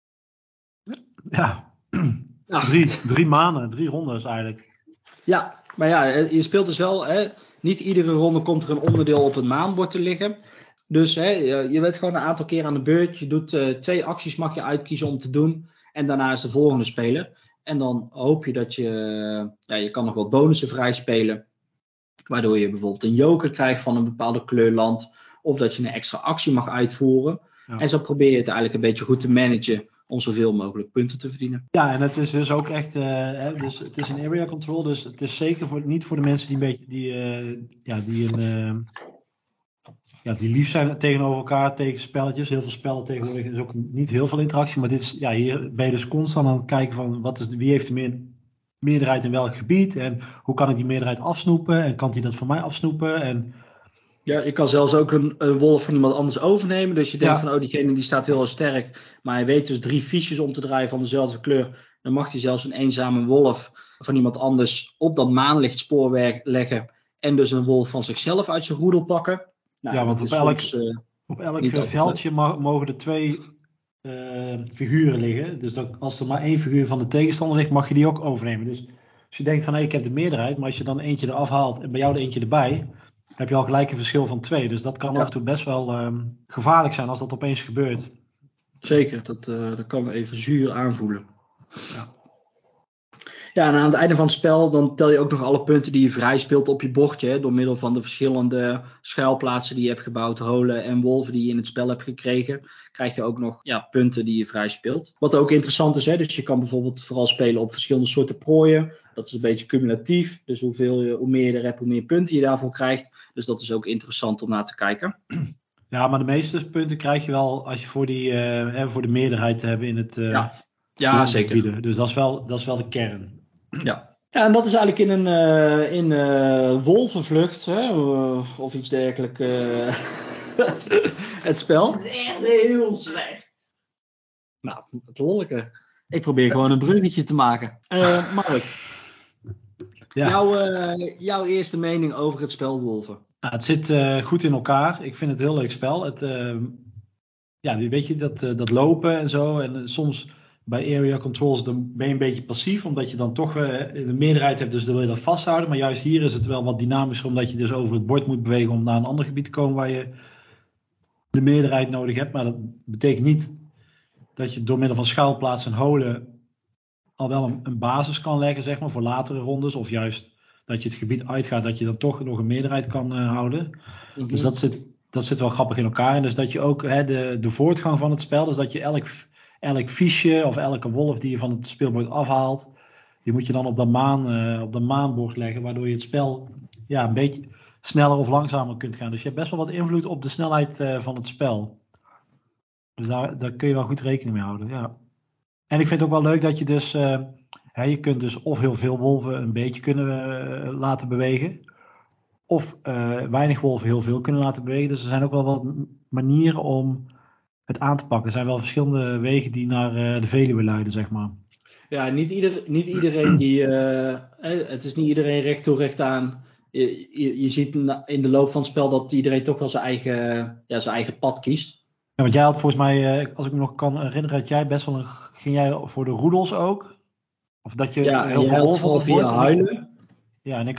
Ja, 3 maanden, 3 rondes eigenlijk. Ja, maar ja, je speelt dus wel, niet iedere ronde komt er een onderdeel op het maanbord te liggen. Dus je bent gewoon een aantal keer aan de beurt. Je doet 2 acties mag je uitkiezen om te doen. En daarna is de volgende speler. En dan hoop je dat je kan nog wat bonussen vrij spelen. Waardoor je bijvoorbeeld een joker krijgt van een bepaalde kleurland. Of dat je een extra actie mag uitvoeren. Ja. En zo probeer je het eigenlijk een beetje goed te managen om zoveel mogelijk punten te verdienen. Ja, en het is dus ook echt, dus het is een area control, dus het is zeker niet voor de mensen die een beetje, die lief zijn tegenover elkaar, tegen spelletjes. Heel veel spellen tegenwoordig is ook niet heel veel interactie, maar dit is, hier ben je dus constant aan het kijken van wie heeft de meerderheid in welk gebied en hoe kan ik die meerderheid afsnoepen en kan die dat voor mij afsnoepen en... Ja, je kan zelfs ook een wolf van iemand anders overnemen. Dus je denkt van, diegene die staat heel sterk. Maar hij weet dus 3 fiches om te draaien van dezelfde kleur. Dan mag hij zelfs een eenzame wolf van iemand anders op dat maanlichtspoor leggen. En dus een wolf van zichzelf uit zijn roedel pakken. Nou, ja, want op elk veldje mogen er 2 figuren liggen. Dus als er maar 1 figuur van de tegenstander ligt, mag je die ook overnemen. Dus als je denkt van, ik heb de meerderheid. Maar als je dan eentje eraf haalt en bij jou er eentje erbij... heb je al gelijk een verschil van 2. Dus dat kan af en toe best wel gevaarlijk zijn als dat opeens gebeurt. Zeker, dat kan even zuur aanvoelen. Ja, en aan het einde van het spel dan tel je ook nog alle punten die je vrij speelt op je bordje. Door middel van de verschillende schuilplaatsen die je hebt gebouwd, holen en wolven die je in het spel hebt gekregen. Krijg je ook nog punten die je vrij speelt. Wat ook interessant is, dus je kan bijvoorbeeld vooral spelen op verschillende soorten prooien. Dat is een beetje cumulatief. Dus hoe meer je er hebt, hoe meer punten je daarvoor krijgt. Dus dat is ook interessant om naar te kijken. Ja, maar de meeste punten krijg je wel als je voor de meerderheid te hebben in het... Ja, zeker. Gebieden. Dus dat is wel de kern. Ja, en dat is eigenlijk in wolvenvlucht of iets dergelijks het spel. Dat is echt heel slecht. Nou, het lollijke. Ik probeer gewoon een bruggetje te maken. Mark, jouw eerste mening over het spel Wolven? Nou, het zit goed in elkaar. Ik vind het een heel leuk spel. Weet je, dat lopen en zo. En soms... Bij area controls dan ben je een beetje passief, omdat je dan toch de meerderheid hebt, dus dan wil je dat vasthouden. Maar juist hier is het wel wat dynamischer, omdat je dus over het bord moet bewegen om naar een ander gebied te komen waar je de meerderheid nodig hebt. Maar dat betekent niet dat je door middel van schuilplaatsen en holen al wel een basis kan leggen, zeg maar, voor latere rondes. Of juist dat je het gebied uitgaat, dat je dan toch nog een meerderheid kan houden. Mm-hmm. Dus dat zit wel grappig in elkaar. En dus dat je ook de voortgang van het spel, dus dat je elk fiche of elke wolf die je van het speelbord afhaalt, die moet je dan op de maanbord leggen, waardoor je het spel een beetje sneller of langzamer kunt gaan. Dus je hebt best wel wat invloed op de snelheid van het spel. Dus daar kun je wel goed rekening mee houden. Ja. En ik vind het ook wel leuk dat je dus, je kunt dus of heel veel wolven een beetje kunnen laten bewegen, of weinig wolven heel veel kunnen laten bewegen. Dus er zijn ook wel wat manieren om het aan te pakken. Er zijn wel verschillende wegen die naar de Veluwe leiden, zeg maar. Ja, niet iedereen die... het is niet iedereen recht toe recht aan. Je ziet in de loop van het spel dat iedereen toch wel zijn eigen pad kiest. Ja, want jij had volgens mij, als ik me nog kan herinneren, dat jij best wel ging jij voor de roedels ook? Of dat je heel veel wolven op via huilen. Ja, en ik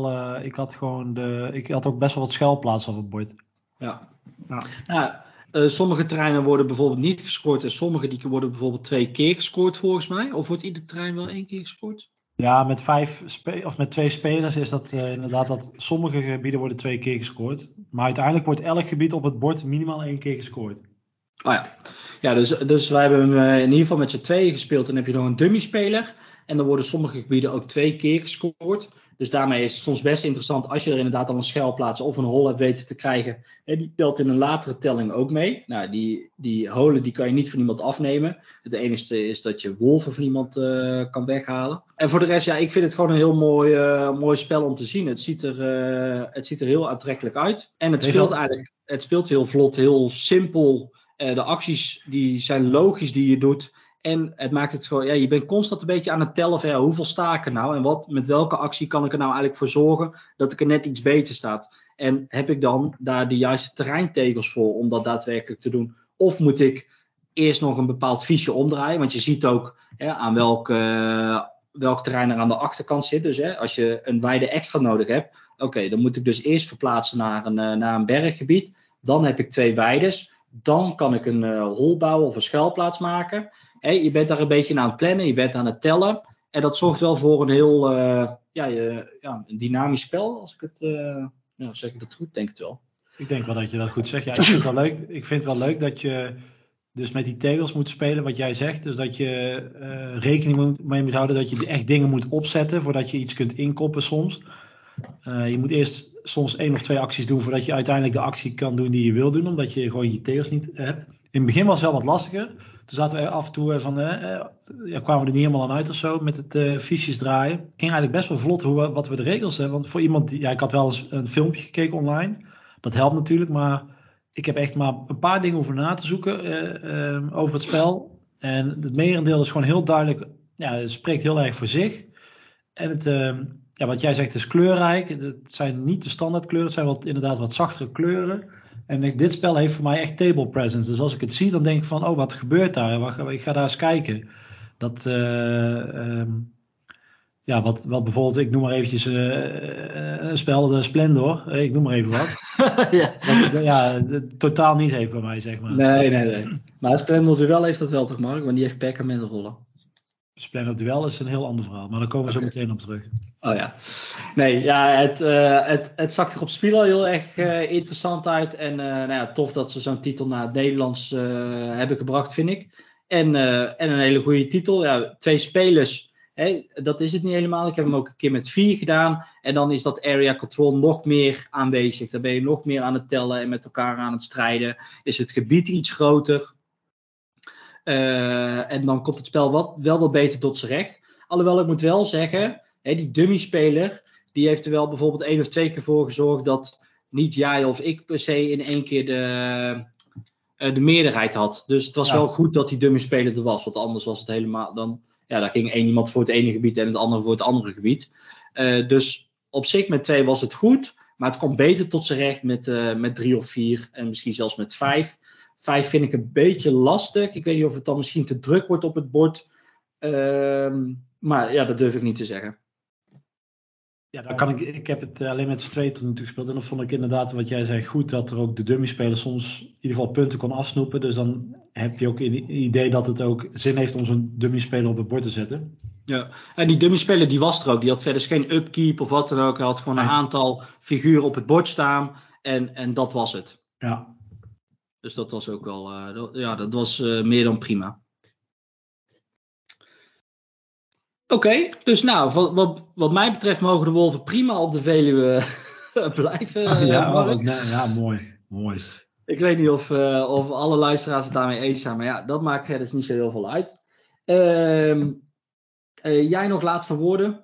had ook best wel wat schuilplaatsen op het bord. Ja. Sommige terreinen worden bijvoorbeeld niet gescoord en sommige die worden bijvoorbeeld 2 keer gescoord volgens mij. Of wordt ieder terrein wel 1 keer gescoord? Ja, met 2 spelers is dat inderdaad dat sommige gebieden worden 2 keer gescoord. Maar uiteindelijk wordt elk gebied op het bord minimaal 1 keer gescoord. Oh ja. Ja, dus wij hebben hem in ieder geval met z'n tweeën gespeeld. Dan heb je nog een dummy speler. En dan worden sommige gebieden ook 2 keer gescoord. Dus daarmee is het soms best interessant als je er inderdaad al een schuilplaats of een hol hebt weten te krijgen. Die telt in een latere telling ook mee. Nou, die holen die kan je niet van iemand afnemen. Het enige is dat je wolven van iemand kan weghalen. En voor de rest, ja, ik vind het gewoon een heel mooi spel om te zien. Het ziet er heel aantrekkelijk uit. En het speelt heel vlot, heel simpel. De acties die zijn logisch die je doet. En het maakt het gewoon, ja, je bent constant een beetje aan het tellen van hoeveel sta ik er nou? En met welke actie kan ik er nou eigenlijk voor zorgen dat ik er net iets beter staat? En heb ik dan daar de juiste terreintegels voor om dat daadwerkelijk te doen? Of moet ik eerst nog een bepaald fiche omdraaien? Want je ziet ook aan welk terrein er aan de achterkant zit. Dus als je een weide extra nodig hebt, oké, dan moet ik dus eerst verplaatsen naar een berggebied. Dan heb ik 2 weides. Dan kan ik een hol bouwen of een schuilplaats maken. Je bent daar een beetje aan het plannen, je bent aan het tellen. En dat zorgt wel voor een heel een dynamisch spel. Als ik het, zeg ik dat goed? Denk het wel. Ik denk wel dat je dat goed zegt. Ja, ik vind het wel leuk dat je dus met die tegels moet spelen, wat jij zegt. Dus dat je rekening mee moet houden dat je echt dingen moet opzetten voordat je iets kunt inkoppen soms. Je moet eerst soms 1 of 2 acties doen voordat je uiteindelijk de actie kan doen die je wil doen, omdat je gewoon je tegels niet hebt. In het begin was het wel wat lastiger. Toen zaten we af en toe kwamen we er niet helemaal aan uit of zo met het fiches draaien. Het ging eigenlijk best wel vlot wat we de regels hebben. Want voor iemand, ik had wel eens een filmpje gekeken online. Dat helpt natuurlijk, maar ik heb echt maar een paar dingen over na te zoeken over het spel. En het merendeel is gewoon heel duidelijk, het spreekt heel erg voor zich. En het, wat jij zegt is kleurrijk. Het zijn niet de standaard kleuren, het zijn inderdaad wat zachtere kleuren. En dit spel heeft voor mij echt table presence. Dus als ik het zie, dan denk ik van, wat gebeurt daar? Ik ga daar eens kijken. Dat, wat bijvoorbeeld, ik noem maar eventjes een spel, de Splendor. Ik noem maar even wat. Totaal niet heeft bij mij, zeg maar. Nee. Maar Splendor Duel heeft dat wel toch, Mark? Want die heeft perkamentrollen. Splendor Duel is een heel ander verhaal, maar daar komen we zo meteen op terug. Oh ja. Nee, ja, het zag er op spiel al heel erg interessant uit. En tof dat ze zo'n titel naar het Nederlands hebben gebracht, vind ik. En een hele goede titel. Ja, 2 spelers, dat is het niet helemaal. Ik heb hem ook een keer met 4 gedaan. En dan is dat area control nog meer aanwezig. Dan ben je nog meer aan het tellen en met elkaar aan het strijden. Is het gebied iets groter. En dan komt het spel wel wat beter tot zijn recht. Alhoewel ik moet wel zeggen, die dummy-speler, die heeft er wel bijvoorbeeld 1 of 2 keer voor gezorgd dat niet jij of ik per se in één keer de meerderheid had. Dus het was wel goed dat die dummy-speler er was. Want anders was het helemaal dan, daar ging 1 iemand voor het ene gebied en het andere voor het andere gebied. Dus op zich met 2 was het goed, maar het komt beter tot zijn recht met 3 of 4 en misschien zelfs met 5. 5 vind ik een beetje lastig. Ik weet niet of het dan misschien te druk wordt op het bord. Maar dat durf ik niet te zeggen. Ja, ik heb het alleen met z'n tweeën toen natuurlijk gespeeld. En dat vond ik inderdaad, wat jij zei, goed. Dat er ook de dummy-speler soms in ieder geval punten kon afsnoepen. Dus dan heb je ook een idee dat het ook zin heeft om zo'n dummy-speler op het bord te zetten. Ja, en die dummy-speler die was er ook. Die had verder geen upkeep of wat dan ook. Hij had gewoon een aantal figuren op het bord staan. En dat was het. Ja. Dus dat was ook wel, dat was meer dan prima. Oké, dus nou, wat mij betreft mogen de wolven prima op de Veluwe blijven. Mooi. Ik weet niet of alle luisteraars het daarmee eens zijn, maar dat maakt verder niet zo heel veel uit. Jij nog laatste woorden?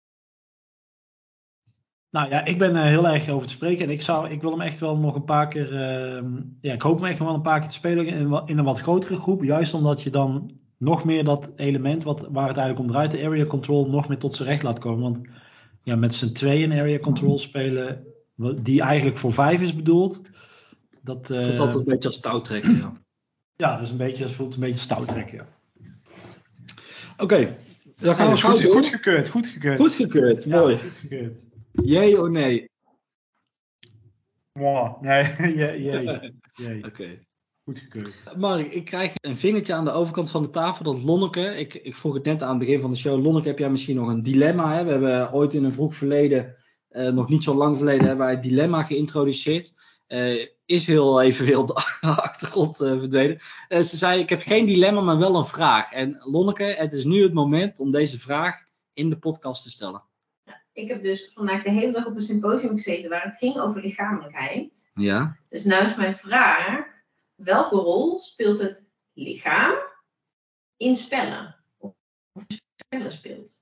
Nou ja, ik ben heel erg over te spreken en ik wil hem echt wel nog een paar keer, ik hoop hem echt nog wel een paar keer te spelen in een wat grotere groep, juist omdat je dan nog meer dat element waar het eigenlijk om draait, de area control, nog meer tot zijn recht laat komen. Want met z'n tweeën area control spelen, die eigenlijk voor 5 is bedoeld. Dat voelt altijd een beetje als touwtrekken, ja. Ja, dat voelt een beetje stouttrekken, ja. Oké. Dan gaan we goedgekeurd. Goedgekeurd, mooi. Ja, goedgekeurd. Jee of nee? Nee, jee. Oké. Goedgekeurd. Mark, ik krijg een vingertje aan de overkant van de tafel dat Lonneke, ik vroeg het net aan het begin van de show, Lonneke, heb jij misschien nog een dilemma? Hè? We hebben ooit in een vroeg verleden, nog niet zo lang verleden, hebben wij het dilemma geïntroduceerd. Is heel even weer op de achtergrond verdwenen. Ze zei, ik heb geen dilemma, maar wel een vraag. En Lonneke, het is nu het moment om deze vraag in de podcast te stellen. Ik heb dus vandaag de hele dag op een symposium gezeten waar het ging over lichamelijkheid. Ja. Dus nou is mijn vraag, welke rol speelt het lichaam in spellen? Of spellen speelt?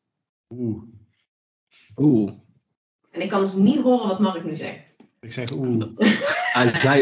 Oeh. En ik kan dus niet horen wat Mark nu zegt. Ik zeg oeh. Hij zei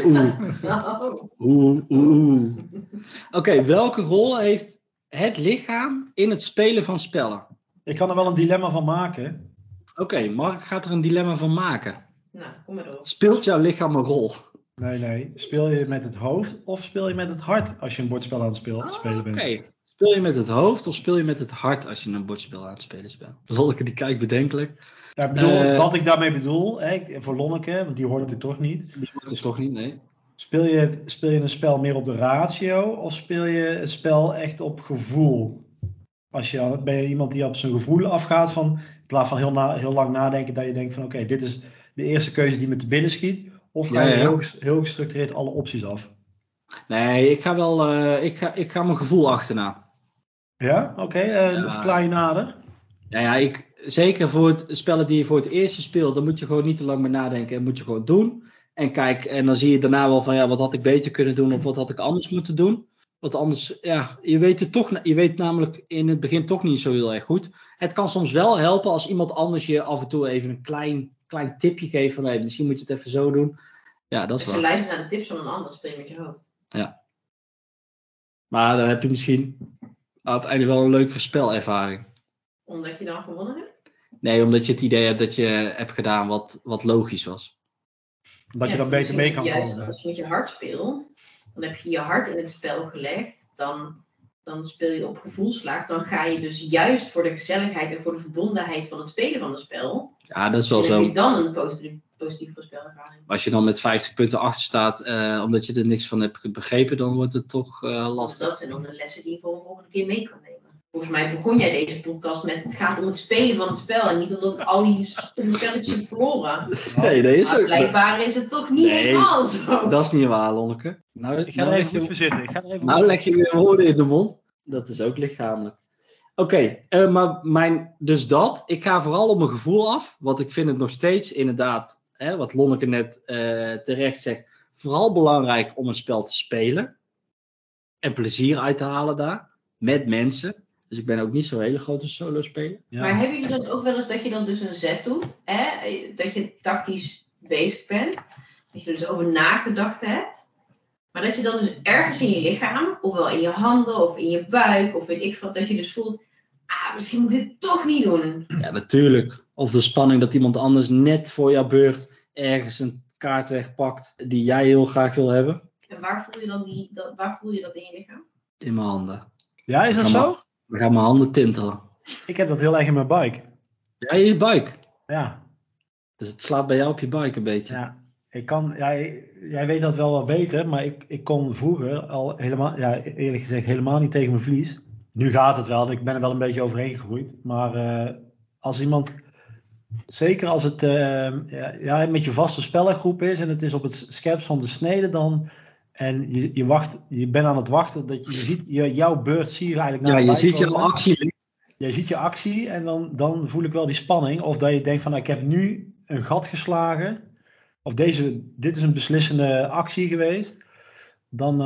oeh. Oké, welke rol heeft het lichaam in het spelen van spellen? Ik kan er wel een dilemma van maken. Oké, Mark gaat er een dilemma van maken. Nou, kom maar door. Speelt jouw lichaam een rol? Nee. Speel je met het hoofd of speel je met het hart als je een bordspel aan het spelen bent? Oké. Speel je met het hoofd of speel je met het hart als je een bordspel aan het spelen bent? Lonneke die kijkt bedenkelijk. Ja, ik bedoel, wat ik daarmee bedoel, hè, voor Lonneke, want die hoort het toch niet. Die hoort het toch niet, nee. Speel je een spel meer op de ratio of speel je een spel echt op gevoel? Ben je iemand die op zijn gevoel afgaat van, in plaats van heel lang nadenken, dat je denkt van oké, dit is de eerste keuze die me te binnen schiet. Of ga je heel gestructureerd alle opties af? Nee, ik ga wel, ik ga mijn gevoel achterna. Ja? Oké. Verklaar je nader? Ja, zeker voor het spellen die je voor het eerst speelt, dan moet je gewoon niet te lang meer nadenken en moet je gewoon doen. En kijk, en dan zie je daarna wel van, ja, wat had ik beter kunnen doen of wat had ik anders moeten doen. Want anders, ja, je weet namelijk in het begin toch niet zo heel erg goed. Het kan soms wel helpen als iemand anders je af en toe even een klein tipje geeft van, hey, misschien moet je het even zo doen. Ja, dat is Als wel. je luistert naar de tips van een ander, speel je met je hoofd. Ja. Maar dan heb je misschien aan het einde wel een leukere spelervaring. Omdat je dan gewonnen hebt? Nee, omdat je het idee hebt dat je hebt gedaan wat logisch was. Dat je dan beter mee kan komen. Als je met je hart speelt, dan heb je je hart in het spel gelegd. Dan speel je op gevoelslaag. Dan ga je dus juist voor de gezelligheid en voor de verbondenheid van het spelen van het spel. Ja, dat is wel en zo. heb je dan een positieve spelervaring. Als je dan met 50 punten achter staat, omdat je er niks van hebt begrepen, dan wordt het toch lastig. Dat zijn dan de lessen die je voor de volgende keer mee kan nemen. Volgens mij begon jij deze podcast met het gaat om het spelen van het spel en niet omdat ik al die spelletjes heb verloren. Nee, dat is Maar ook. blijkbaar is het toch niet helemaal zo. Dat is niet waar, Lonneke. Ik ga er even goed voor zitten. Nou leg je weer woorden in de mond. Dat is ook lichamelijk. Oké, maar dus dat. Ik ga vooral op mijn gevoel af. Want ik vind het nog steeds inderdaad, wat Lonneke net terecht zegt, vooral belangrijk om een spel te spelen. En plezier uit te halen daar. Met mensen. Dus ik ben ook niet zo'n hele grote solo speler. Ja. Maar hebben jullie dan ook wel eens dat je dan dus een zet doet? Dat je tactisch bezig bent. Dat je er dus over nagedacht hebt. Maar dat je dan dus ergens in je lichaam, ofwel in je handen of in je buik, of weet ik wat, dat je dus voelt, misschien moet ik dit toch niet doen. Ja, natuurlijk. Of de spanning dat iemand anders net voor jouw beurt ergens een kaart wegpakt die jij heel graag wil hebben. En waar voel je dat in je lichaam? In mijn handen. Ja, is dat zo? Dan gaan mijn handen tintelen. Ik heb dat heel erg in mijn buik. Ja, in je buik. Ja. Dus het slaat bij jou op je buik een beetje. Ja. Jij weet dat wel wat beter, maar ik kon vroeger al helemaal, eerlijk gezegd, helemaal niet tegen mijn vlies. Nu gaat het wel, ik ben er wel een beetje overheen gegroeid. Maar als iemand, zeker als het met je vaste spellengroep is en het is op het scherpst van de snede dan, en je bent aan het wachten, dat je ziet, jouw beurt zie je eigenlijk naar je ziet je actie. Je ziet je actie en dan voel ik wel die spanning. Of dat je denkt van, ik heb nu een gat geslagen. Of dit is een beslissende actie geweest. Dan,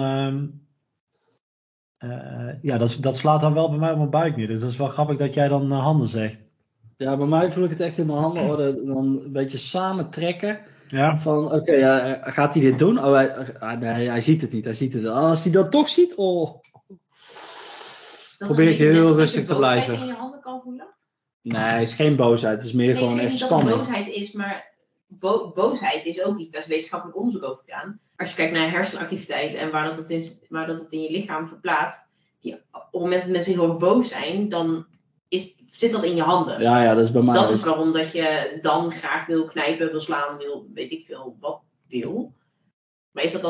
dat slaat dan wel bij mij op mijn buik neer. Dus dat is wel grappig dat jij dan handen zegt. Ja, bij mij voel ik het echt in mijn handen. Dan een beetje samen trekken. Ja. Van, gaat hij dit doen? Oh, nee, hij ziet het niet. Hij ziet het. Als hij dat toch ziet, probeer ik heel rustig te blijven. Dat je in je handen kan voelen? Nee, het is geen boosheid. Het is meer gewoon echt spanning. Ik zeg niet dat het boosheid is, maar boosheid is ook iets. Daar is wetenschappelijk onderzoek over gedaan. Als je kijkt naar hersenactiviteit en waar dat het in je lichaam verplaatst. Op het moment dat mensen heel erg boos zijn, dan zit dat in je handen. Ja, dat is bij mij Dat ook. is waarom dat je dan graag wil knijpen, wil slaan, weet ik veel, wat wil. Maar is dat dan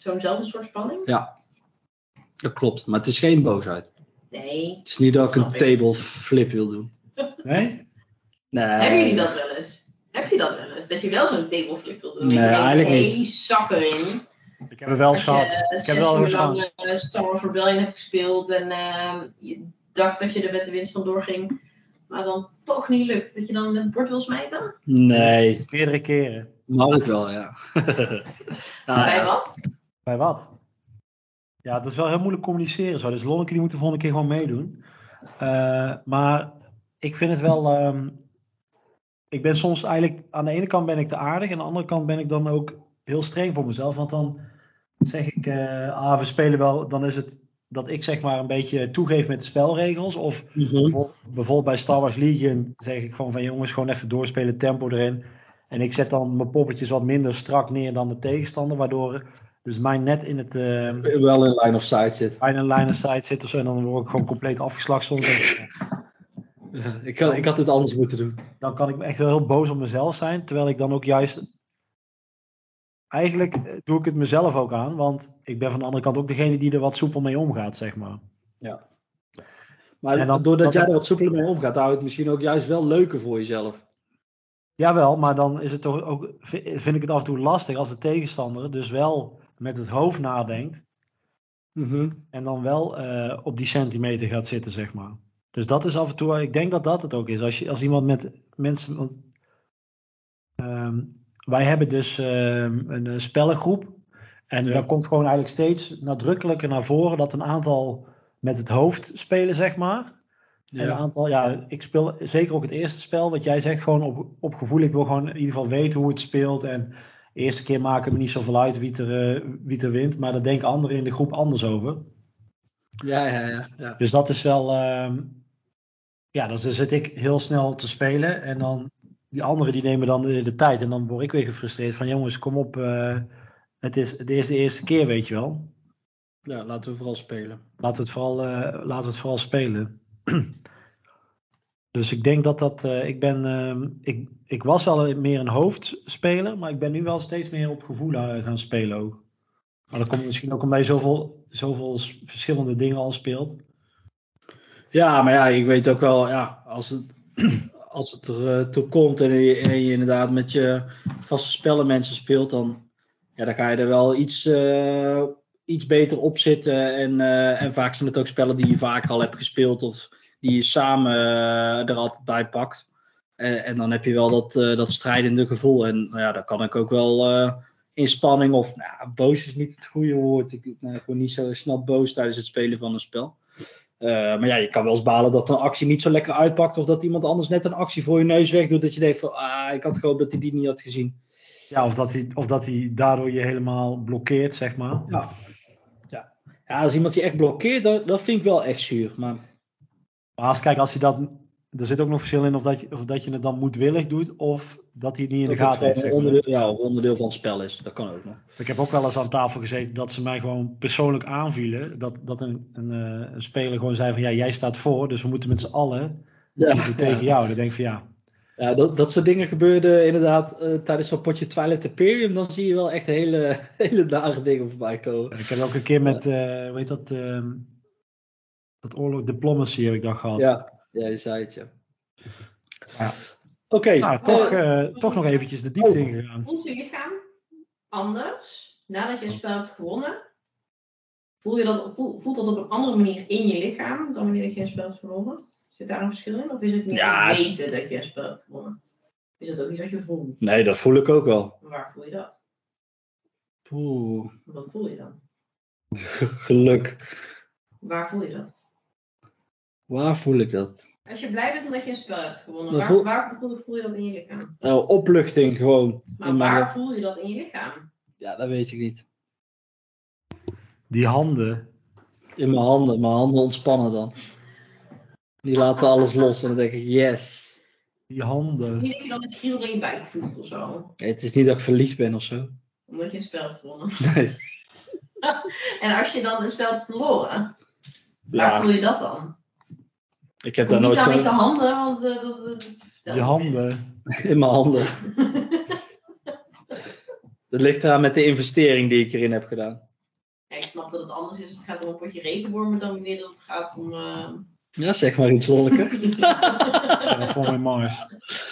Zo'nzelfde soort spanning? Ja, dat klopt. Maar het is geen boosheid. Nee. Het is niet dat ik een Snap ik. table flip wil doen. Nee? Nee. Hebben jullie dat wel eens? Heb je dat wel eens? Dat je wel zo'n tableflip wilt doen? Nee, Dat je denkt, eigenlijk hey, zak erin. Ik heb het wel eens Als je gehad. Ik heb 6 het wel uur eens lang gehad. Star Wars Rebellion hebt gespeeld en je dacht dat je er met de winst vandoor ging, maar dan toch niet lukt. Dat je dan met het bord wil smijten? Nee, Meerdere keren. mag ook wel, ja. Nou, Bij ja. wat? Bij wat? Ja, dat is wel heel moeilijk communiceren zo. Dus Lonneke die moet de volgende keer gewoon meedoen. Maar ik vind het wel... ik ben soms eigenlijk... Aan de ene kant ben ik te aardig. En aan de andere kant ben ik dan ook heel streng voor mezelf. Want dan zeg ik... we spelen wel... Dan is het dat ik zeg maar een beetje toegeef met de spelregels. Of bijvoorbeeld bij Star Wars Legion zeg ik gewoon van... Jongens, gewoon even doorspelen, tempo erin. En ik zet dan mijn poppetjes wat minder strak neer dan de tegenstander. Waardoor dus mijn net in het... wel in line of sight zit. bijna een line of sight zit of zo. En dan word ik gewoon compleet afgeslacht soms. Ja, ik had het anders moeten doen. Dan kan ik echt wel heel boos op mezelf zijn. Terwijl ik dan ook juist... Eigenlijk doe ik het mezelf ook aan. Want ik ben van de andere kant ook degene die er wat soepel mee omgaat, zeg maar. Ja. Maar En dan- doordat dat- jij er wat soepeler mee omgaat, houdt het misschien ook juist wel leuker voor jezelf. Jawel, maar dan is het toch ook... Vind ik het af en toe lastig als de tegenstander dus wel met het hoofd nadenkt. En dan wel op die centimeter gaat zitten, zeg maar. Dus dat is af en toe... Ik denk dat dat het ook is. Als iemand met mensen... Want, wij hebben dus een spellengroep. En Ja. daar komt gewoon eigenlijk steeds nadrukkelijker naar voren dat een aantal met het hoofd spelen, zeg maar. En een aantal, ik speel zeker ook het eerste spel, wat jij zegt, gewoon op gevoel. Ik wil gewoon in ieder geval weten hoe het speelt. En de eerste keer maakt me niet zoveel uit wie er wint. Maar daar denken anderen in de groep anders over. Ja. Dus dat is wel... dan zit ik heel snel te spelen. En dan die anderen die nemen dan de tijd. En dan word ik weer gefrustreerd van jongens, kom op. Het is de eerste keer, weet je wel. Ja, laten we vooral spelen. Laten we het vooral spelen. Dus ik denk dat ik was wel meer een hoofdspeler, maar ik ben nu wel steeds meer op gevoel gaan spelen ook. Maar dat komt misschien ook omdat je zoveel verschillende dingen al speelt. Ja, maar ja, ik weet ook wel, ja, als het er toe komt en je inderdaad met je vaste spellenmensen speelt, dan ga je er wel iets beter op zitten. En vaak zijn het ook spellen die je vaak al hebt gespeeld of die je samen er altijd bij pakt. En dan heb je wel dat strijdende gevoel. En daar kan ik ook wel in spanning of boos is niet het goede woord. Ik word niet zo snel boos tijdens het spelen van een spel. Maar ja, je kan wel eens balen dat een actie niet zo lekker uitpakt. Of dat iemand anders net een actie voor je neus wegdoet. Dat je denkt van, ik had gehoopt dat hij die niet had gezien. Ja, of dat hij daardoor je helemaal blokkeert, zeg maar. Ja, als iemand je echt blokkeert, dat vind ik wel echt zuur. Maar Als hij dat... Er zit ook nog verschil in of dat je het dan moedwillig doet. Of dat hij het niet in de dat het gaten heeft. gewoon Zeg maar. of onderdeel van het spel is. Dat kan ook nog. Ik heb ook wel eens aan tafel gezeten dat ze mij gewoon persoonlijk aanvielen. Dat een speler gewoon zei van jij staat voor, dus we moeten met z'n allen tegen jou. Dan denk ik van Ja, dat soort dingen gebeurden inderdaad tijdens zo'n potje Twilight Imperium. Dan zie je wel echt hele nare dingen voorbij komen. Ik heb ook een keer met, hoe heet dat, dat oorlog Diplomacy heb ik dat gehad. Ja, je zei het, ja. Ja. Oké. Toch nog eventjes de diepte ingegaan. Voelt je lichaam anders nadat je een spel hebt gewonnen? Voelt dat op een andere manier in je lichaam dan wanneer je een spel hebt verloren? Zit daar een verschil in? Of is het niet weten dat je een spel hebt gewonnen? Is dat ook iets wat je voelt? Nee, dat voel ik ook wel. Waar voel je dat? Oeh. Wat voel je dan? Geluk. Waar voel je dat? Waar voel ik dat? Als je blij bent omdat je een spel hebt gewonnen, Dan waar voel je dat in je lichaam? Opluchting gewoon. Maar waar voel je dat in je lichaam? Ja, dat weet ik niet. Die handen. In mijn handen ontspannen dan. Die laten alles los en dan denk ik, yes. Die handen. Niet dat je dan het kriebel in je buik voelt of zo. Nee, het is niet dat ik verliefd ben of zo. Omdat je een spel hebt gewonnen. Nee. En als je dan een spel hebt verloren, waar voel je dat dan? Ik heb daar nooit niet zo... aan met je handen, want Die handen. In mijn handen. Dat ligt eraan met de investering die ik erin heb gedaan. snap dat het anders is als het gaat om een potje regenwormen dan wanneer het gaat om... Ja, zeg maar iets lollijker. Terraforming Mars.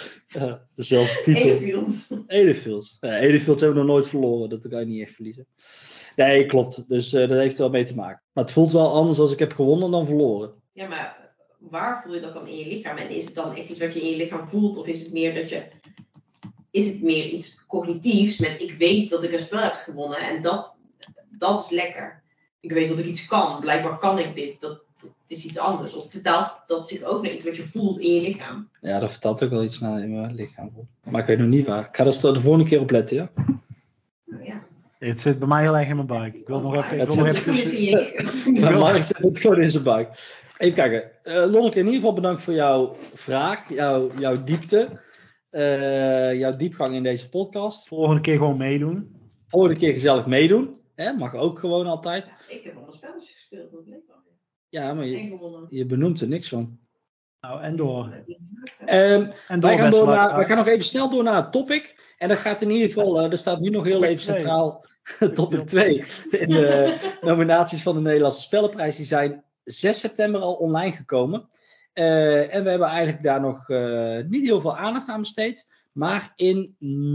Dezelfde titel. Edefields. Edefields hebben we nog nooit verloren. Dat kan je niet echt verliezen. Nee, klopt. Dus dat heeft er wel mee te maken. Maar het voelt wel anders als ik heb gewonnen dan verloren. Ja, maar waar voel je dat dan in je lichaam? En is het dan echt iets wat je in je lichaam voelt? Of is het meer dat je... Is het meer iets cognitiefs met ik weet dat ik een spel heb gewonnen en dat is lekker. Ik weet dat ik iets kan. Blijkbaar kan ik dit. Dat is iets anders. Of vertaalt dat zich ook naar iets wat je voelt in je lichaam? Ja, dat vertelt ook wel iets naar in mijn lichaam. Maar ik weet nog niet waar. Ik ga er de volgende keer op letten, ja? Nou ja. Het zit bij mij heel erg in mijn buik. Ik wil nog even... Het zit in je lichaam. Maar Mark zet het gewoon in zijn buik. Even kijken. Lonneke, in ieder geval bedankt voor jouw vraag. Jouw diepte. Jouw diepgang in deze podcast. Volgende keer gewoon meedoen. Volgende keer gezellig meedoen. Mag ook gewoon altijd. Ik heb al een spelletje gespeeld. Dat leek wel. Ja, maar En gewonnen. je benoemt er niks van. Nou, en door. Wij gaan beste luisteraars. we gaan nog even snel door naar het topic. En dat gaat in ieder geval, er staat nu nog heel even centraal topic 2 in de nominaties van de Nederlandse Spellenprijs. Die zijn 6 september al online gekomen. En we hebben eigenlijk daar nog niet heel veel aandacht aan besteed. Maar in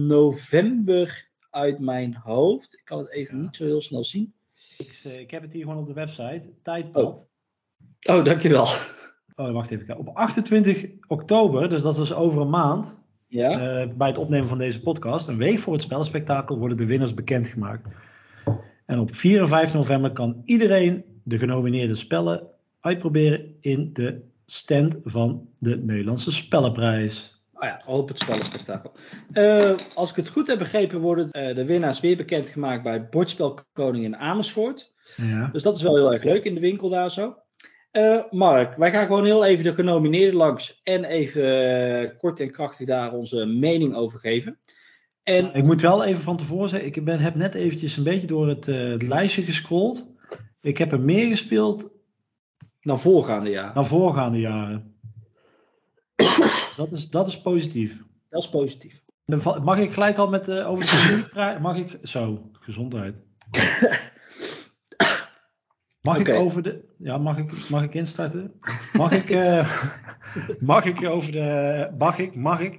november uit mijn hoofd, ik kan het even niet zo heel snel zien. Ik heb het hier gewoon op de website. Tijdpad. Oh, dankjewel. Oh, wacht even. Op 28 oktober, dus dat is dus over een maand, Ja? bij het opnemen van deze podcast, een week voor het spellenspectakel, worden de winnaars bekendgemaakt. En op 4 en 5 november kan iedereen de genomineerde spellen uitproberen in de stand van de Nederlandse Spellenprijs. Oh ja, op het spellenspectakel. Als ik het goed heb begrepen, worden de winnaars weer bekendgemaakt bij Bordspelkoning in Amersfoort. Ja. Dus dat is wel heel erg leuk in de winkel daar zo. Mark, wij gaan gewoon heel even de genomineerden langs en even kort en krachtig daar onze mening over geven. En Ik moet wel even van tevoren zeggen, ik heb net eventjes een beetje door het lijstje gescrolld. Ik heb er meer gespeeld dan voorgaande jaar. dan voorgaande jaren. Dat is positief. Dat is positief. Mag ik gelijk al met over de familieprijs? Mag ik zo, gezondheid. Mag Oké. ik over de... Ja, mag ik instarten? Mag ik over de... Mag ik?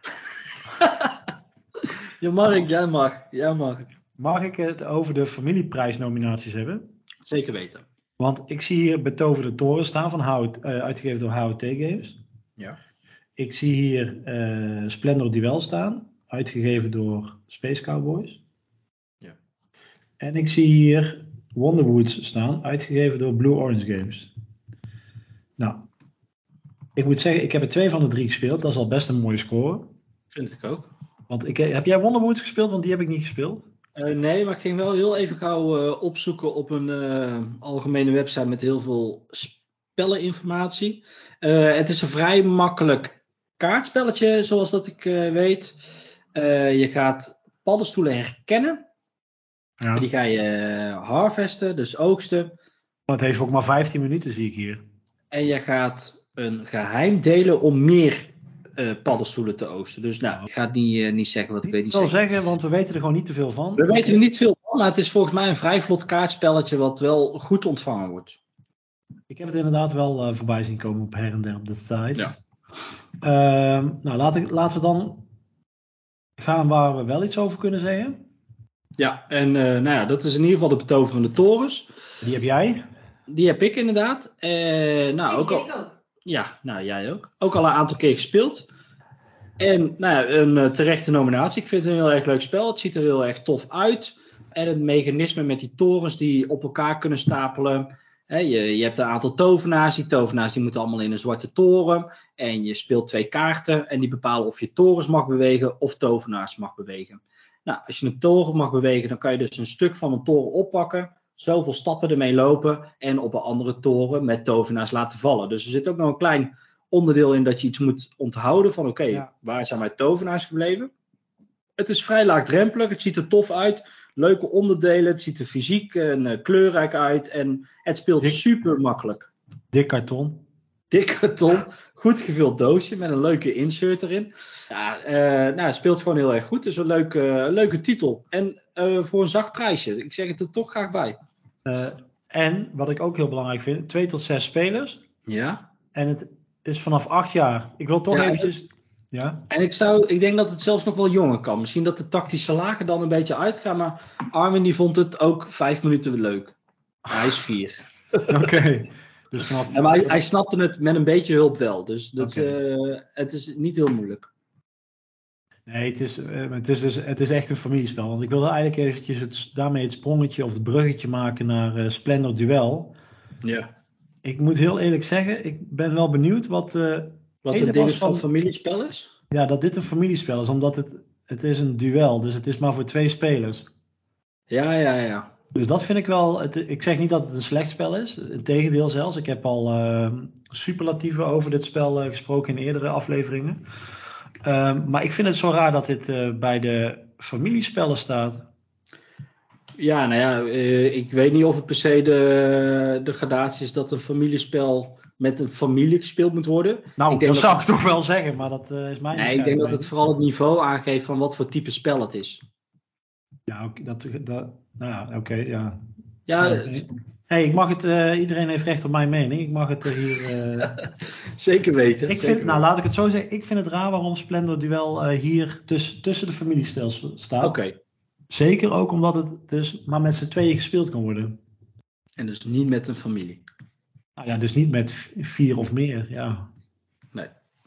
Ja, Mark, jij mag. Mag ik het over de familieprijsnominaties hebben? Zeker weten. Want ik zie hier Betoverde Toren staan van uitgegeven door HOT Games. Ja. Ik zie hier Splendor Duel staan, uitgegeven door Space Cowboys. Ja. En ik zie hier Wonderwoods staan, uitgegeven door Blue Orange Games. Nou, ik moet zeggen, ik heb er 2 van de 3 gespeeld. Dat is al best een mooie score. Vind ik ook. Want heb jij Wonderwoods gespeeld? Want die heb ik niet gespeeld. Nee, maar ik ging wel heel even gauw opzoeken op een algemene website met heel veel spelleninformatie. Het is een vrij makkelijk kaartspelletje, zoals dat ik weet. Je gaat paddenstoelen herkennen. Ja. Die ga je harvesten, dus oogsten. Maar het heeft ook maar 15 minuten, zie ik hier. En je gaat een geheim delen om meer paddenstoelen te oogsten. Dus nou, ik ga het niet zeggen, want ik weet niet Ik wil zeker. zeggen, want we weten er gewoon niet te veel van. We weten er niet veel van, maar het is volgens mij een vrij vlot kaartspelletje wat wel goed ontvangen wordt. Ik heb het inderdaad wel voorbij zien komen op her en der op de site. Ja. Nou, laten we dan gaan waar we wel iets over kunnen zeggen. Ja, en nou ja, dat is in ieder geval de Betoverende Torens. Die heb jij. Die heb ik inderdaad. Nou, ook al, Ik ook. ja, nou jij ook. Ook al een aantal keer gespeeld. En nou ja, een terechte nominatie. Ik vind het een heel erg leuk spel. Het ziet er heel erg tof uit. En het mechanisme met die torens die op elkaar kunnen stapelen. Je hebt een aantal tovenaars. Die tovenaars die moeten allemaal in een zwarte toren. En je speelt 2 kaarten. En die bepalen of je torens mag bewegen of tovenaars mag bewegen. Nou, als je een toren mag bewegen, dan kan je dus een stuk van een toren oppakken. Zoveel stappen ermee lopen. En op een andere toren met tovenaars laten vallen. Dus er zit ook nog een klein onderdeel in dat je iets moet onthouden van oké, waar zijn mijn tovenaars gebleven? Het is vrij laagdrempelig, het ziet er tof uit, leuke onderdelen, het ziet er fysiek en kleurrijk uit en het speelt super makkelijk. Dik karton. Dik karton, goed gevuld doosje met een leuke insert erin. Ja, nou, het speelt gewoon heel erg goed, dus een leuke titel. En voor een zacht prijsje, ik zeg het er toch graag bij. En wat ik ook heel belangrijk vind, 2 tot 6 spelers. Ja. En het is vanaf 8 jaar. Ik wil toch eventjes... Ja. En ik denk dat het zelfs nog wel jonger kan. Misschien dat de tactische lagen dan een beetje uitgaan. Maar Armin die vond het ook 5 minuten leuk. Hij is 4. Oké. Dus vanaf... Maar hij snapte het met een beetje hulp wel. Dus het is niet heel moeilijk. Nee, het is echt een familiespel. Want ik wilde eigenlijk eventjes daarmee het sprongetje of het bruggetje maken naar Splendor Duel. Ja. Ik moet heel eerlijk zeggen, ik ben wel benieuwd wat het ding van familiespel is? Ja, dat dit een familiespel is, omdat het is een duel. Dus het is maar voor 2 spelers. Ja. Dus dat vind ik wel... ik zeg niet dat het een slecht spel is. Integendeel zelfs. Ik heb al superlatieven over dit spel gesproken in eerdere afleveringen. Maar ik vind het zo raar dat dit bij de familiespellen staat. Ja, nou ja, ik weet niet of het per se de gradatie is dat een familiespel met een familie gespeeld moet worden. Nou, dat zou ik toch wel zeggen, maar dat is mijn... Nee, ik denk dat het vooral het niveau aangeeft van wat voor type spel het is. Ja, oké, ja. Ja, hey, ik mag het... iedereen heeft recht op mijn mening. Ik mag het hier... Zeker weten. Laat ik het zo zeggen. Ik vind het raar waarom Splendor Duel hier tussen de familiestels staat. Oké. Zeker ook omdat het dus maar met z'n tweeën gespeeld kan worden. En dus niet met een familie. Nou ja, dus niet met 4 of meer, ja. Nee.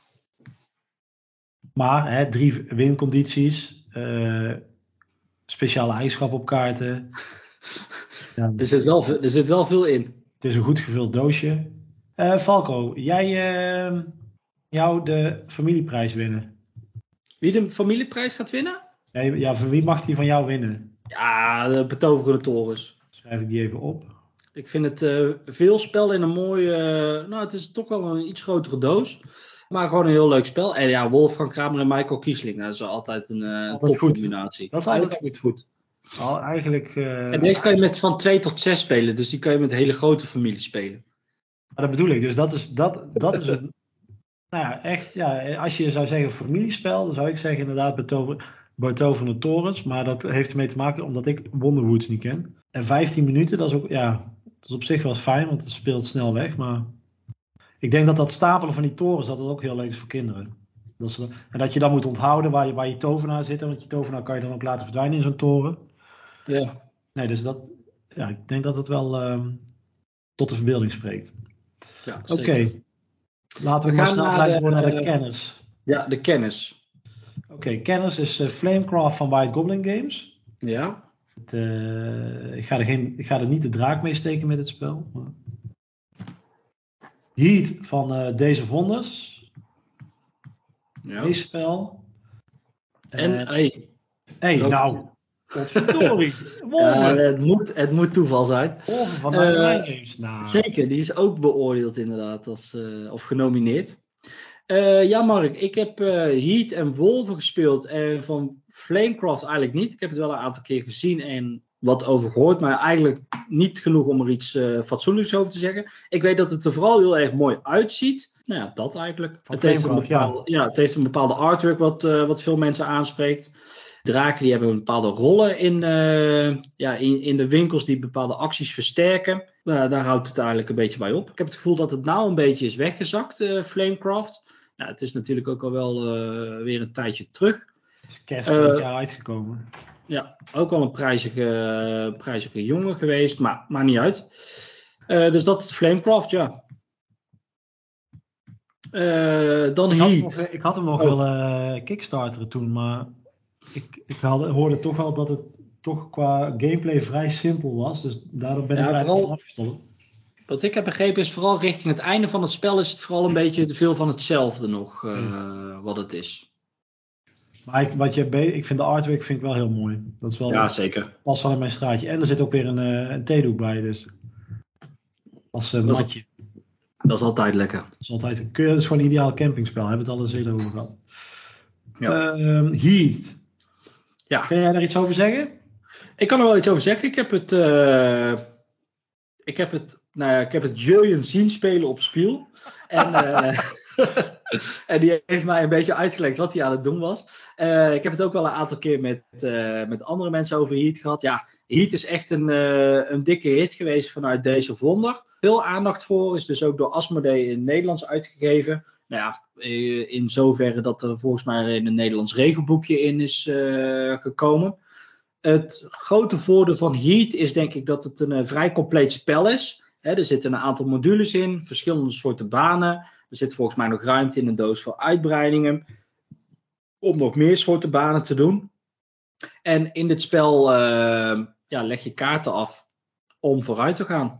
Maar 3 wincondities, speciale eigenschappen op kaarten. Ja, Er zit wel veel in. Het is een goed gevuld doosje. Falco, jij jou de familieprijs winnen. Wie de familieprijs gaat winnen? Nee, ja, van wie mag die van jou winnen? Ja, de betoverende torens. Schrijf ik die even op. Ik vind het veel spel in een mooie... het is toch wel een iets grotere doos. Maar gewoon een heel leuk spel. En ja, Wolfgang Kramer en Michael Kiesling. Dat is altijd een topcombinatie. Dat is altijd goed. Eigenlijk... En deze kan je van 2 tot 6 spelen. Dus die kan je met hele grote families spelen. Maar dat bedoel ik. Dus dat is een... Nou ja, echt... Ja, als je zou zeggen familiespel, dan zou ik zeggen inderdaad Betoverende torens. Maar dat heeft ermee te maken omdat ik Wonderwoods niet ken. En 15 minuten, dat is ook... Ja, dat is op zich wel fijn, want het speelt snel weg. Maar ik denk dat stapelen van die torens, dat ook heel leuk is voor kinderen. En dat je dan moet onthouden waar je tovenaar zit. Want je tovenaar kan je dan ook laten verdwijnen in zo'n toren. Ja. Nee, dus ik denk dat het wel tot de verbeelding spreekt. Ja, Oké. Laten we maar snel door naar de kenners. Ja, de kennis. Oké, kenners is Flamecraft van White Goblin Games. Ja. Ik ga er niet de draak mee steken met het spel. Maar... Heat van Days of Wonders. Ja. Deze spel. Nou. Godverdorie. Ja, het moet toeval zijn. Wolven van Nine Games. Nou. Zeker, die is ook beoordeeld inderdaad. Of genomineerd. Ja, Mark, ik heb Heat en Wolven gespeeld. En van Flamecraft eigenlijk niet. Ik heb het wel een aantal keer gezien en wat over gehoord. Maar eigenlijk niet genoeg om er iets fatsoenlijks over te zeggen. Ik weet dat het er vooral heel erg mooi uitziet. Nou ja, dat eigenlijk. Het heeft een bepaalde artwork wat veel mensen aanspreekt. Draken die hebben bepaalde rollen in de winkels die bepaalde acties versterken. Daar houdt het eigenlijk een beetje bij op. Ik heb het gevoel dat het nou een beetje is weggezakt, Flamecraft. Nou, het is natuurlijk ook al wel weer een tijdje terug. Het is kerst vorig jaar uitgekomen. Ja, ook al een prijzige jongen geweest, maar maakt niet uit. Dus dat is Flamecraft, ja. Dan Heat. Ik had hem nog wel kickstarteren toen, maar ik hoorde toch wel dat het toch qua gameplay vrij simpel was. Dus daardoor ben ik eigenlijk van afgestopt. Wat ik heb begrepen is vooral richting het einde van het spel is het vooral een beetje te veel van hetzelfde nog wat het is. Maar ik vind de artwork wel heel mooi. Dat is wel, ja, zeker. Pas wel in mijn straatje. En er zit ook weer een theedoek bij. Dus als matje. Dat is altijd lekker. Dat is gewoon een ideaal campingspel. Hebben we het al eens eerder over gehad. Ja. Heat. Ja. Kun jij daar iets over zeggen? Ik kan er wel iets over zeggen. Ik heb het Jurjen zien spelen op Spiel. En En die heeft mij een beetje uitgelegd wat hij aan het doen was. Ik heb het ook wel een aantal keer met andere mensen over Heat gehad. Ja, Heat is echt een dikke hit geweest vanuit Days of Wonder. Veel aandacht voor, is dus ook door Asmodee in het Nederlands uitgegeven. Nou ja, in zoverre dat er volgens mij in een Nederlands regelboekje in is gekomen. Het grote voordeel van Heat is denk ik dat het een vrij compleet spel is. Er zitten een aantal modules in, verschillende soorten banen. Er zit volgens mij nog ruimte in een doos voor uitbreidingen. Om nog meer soorten banen te doen. En in dit spel leg je kaarten af om vooruit te gaan.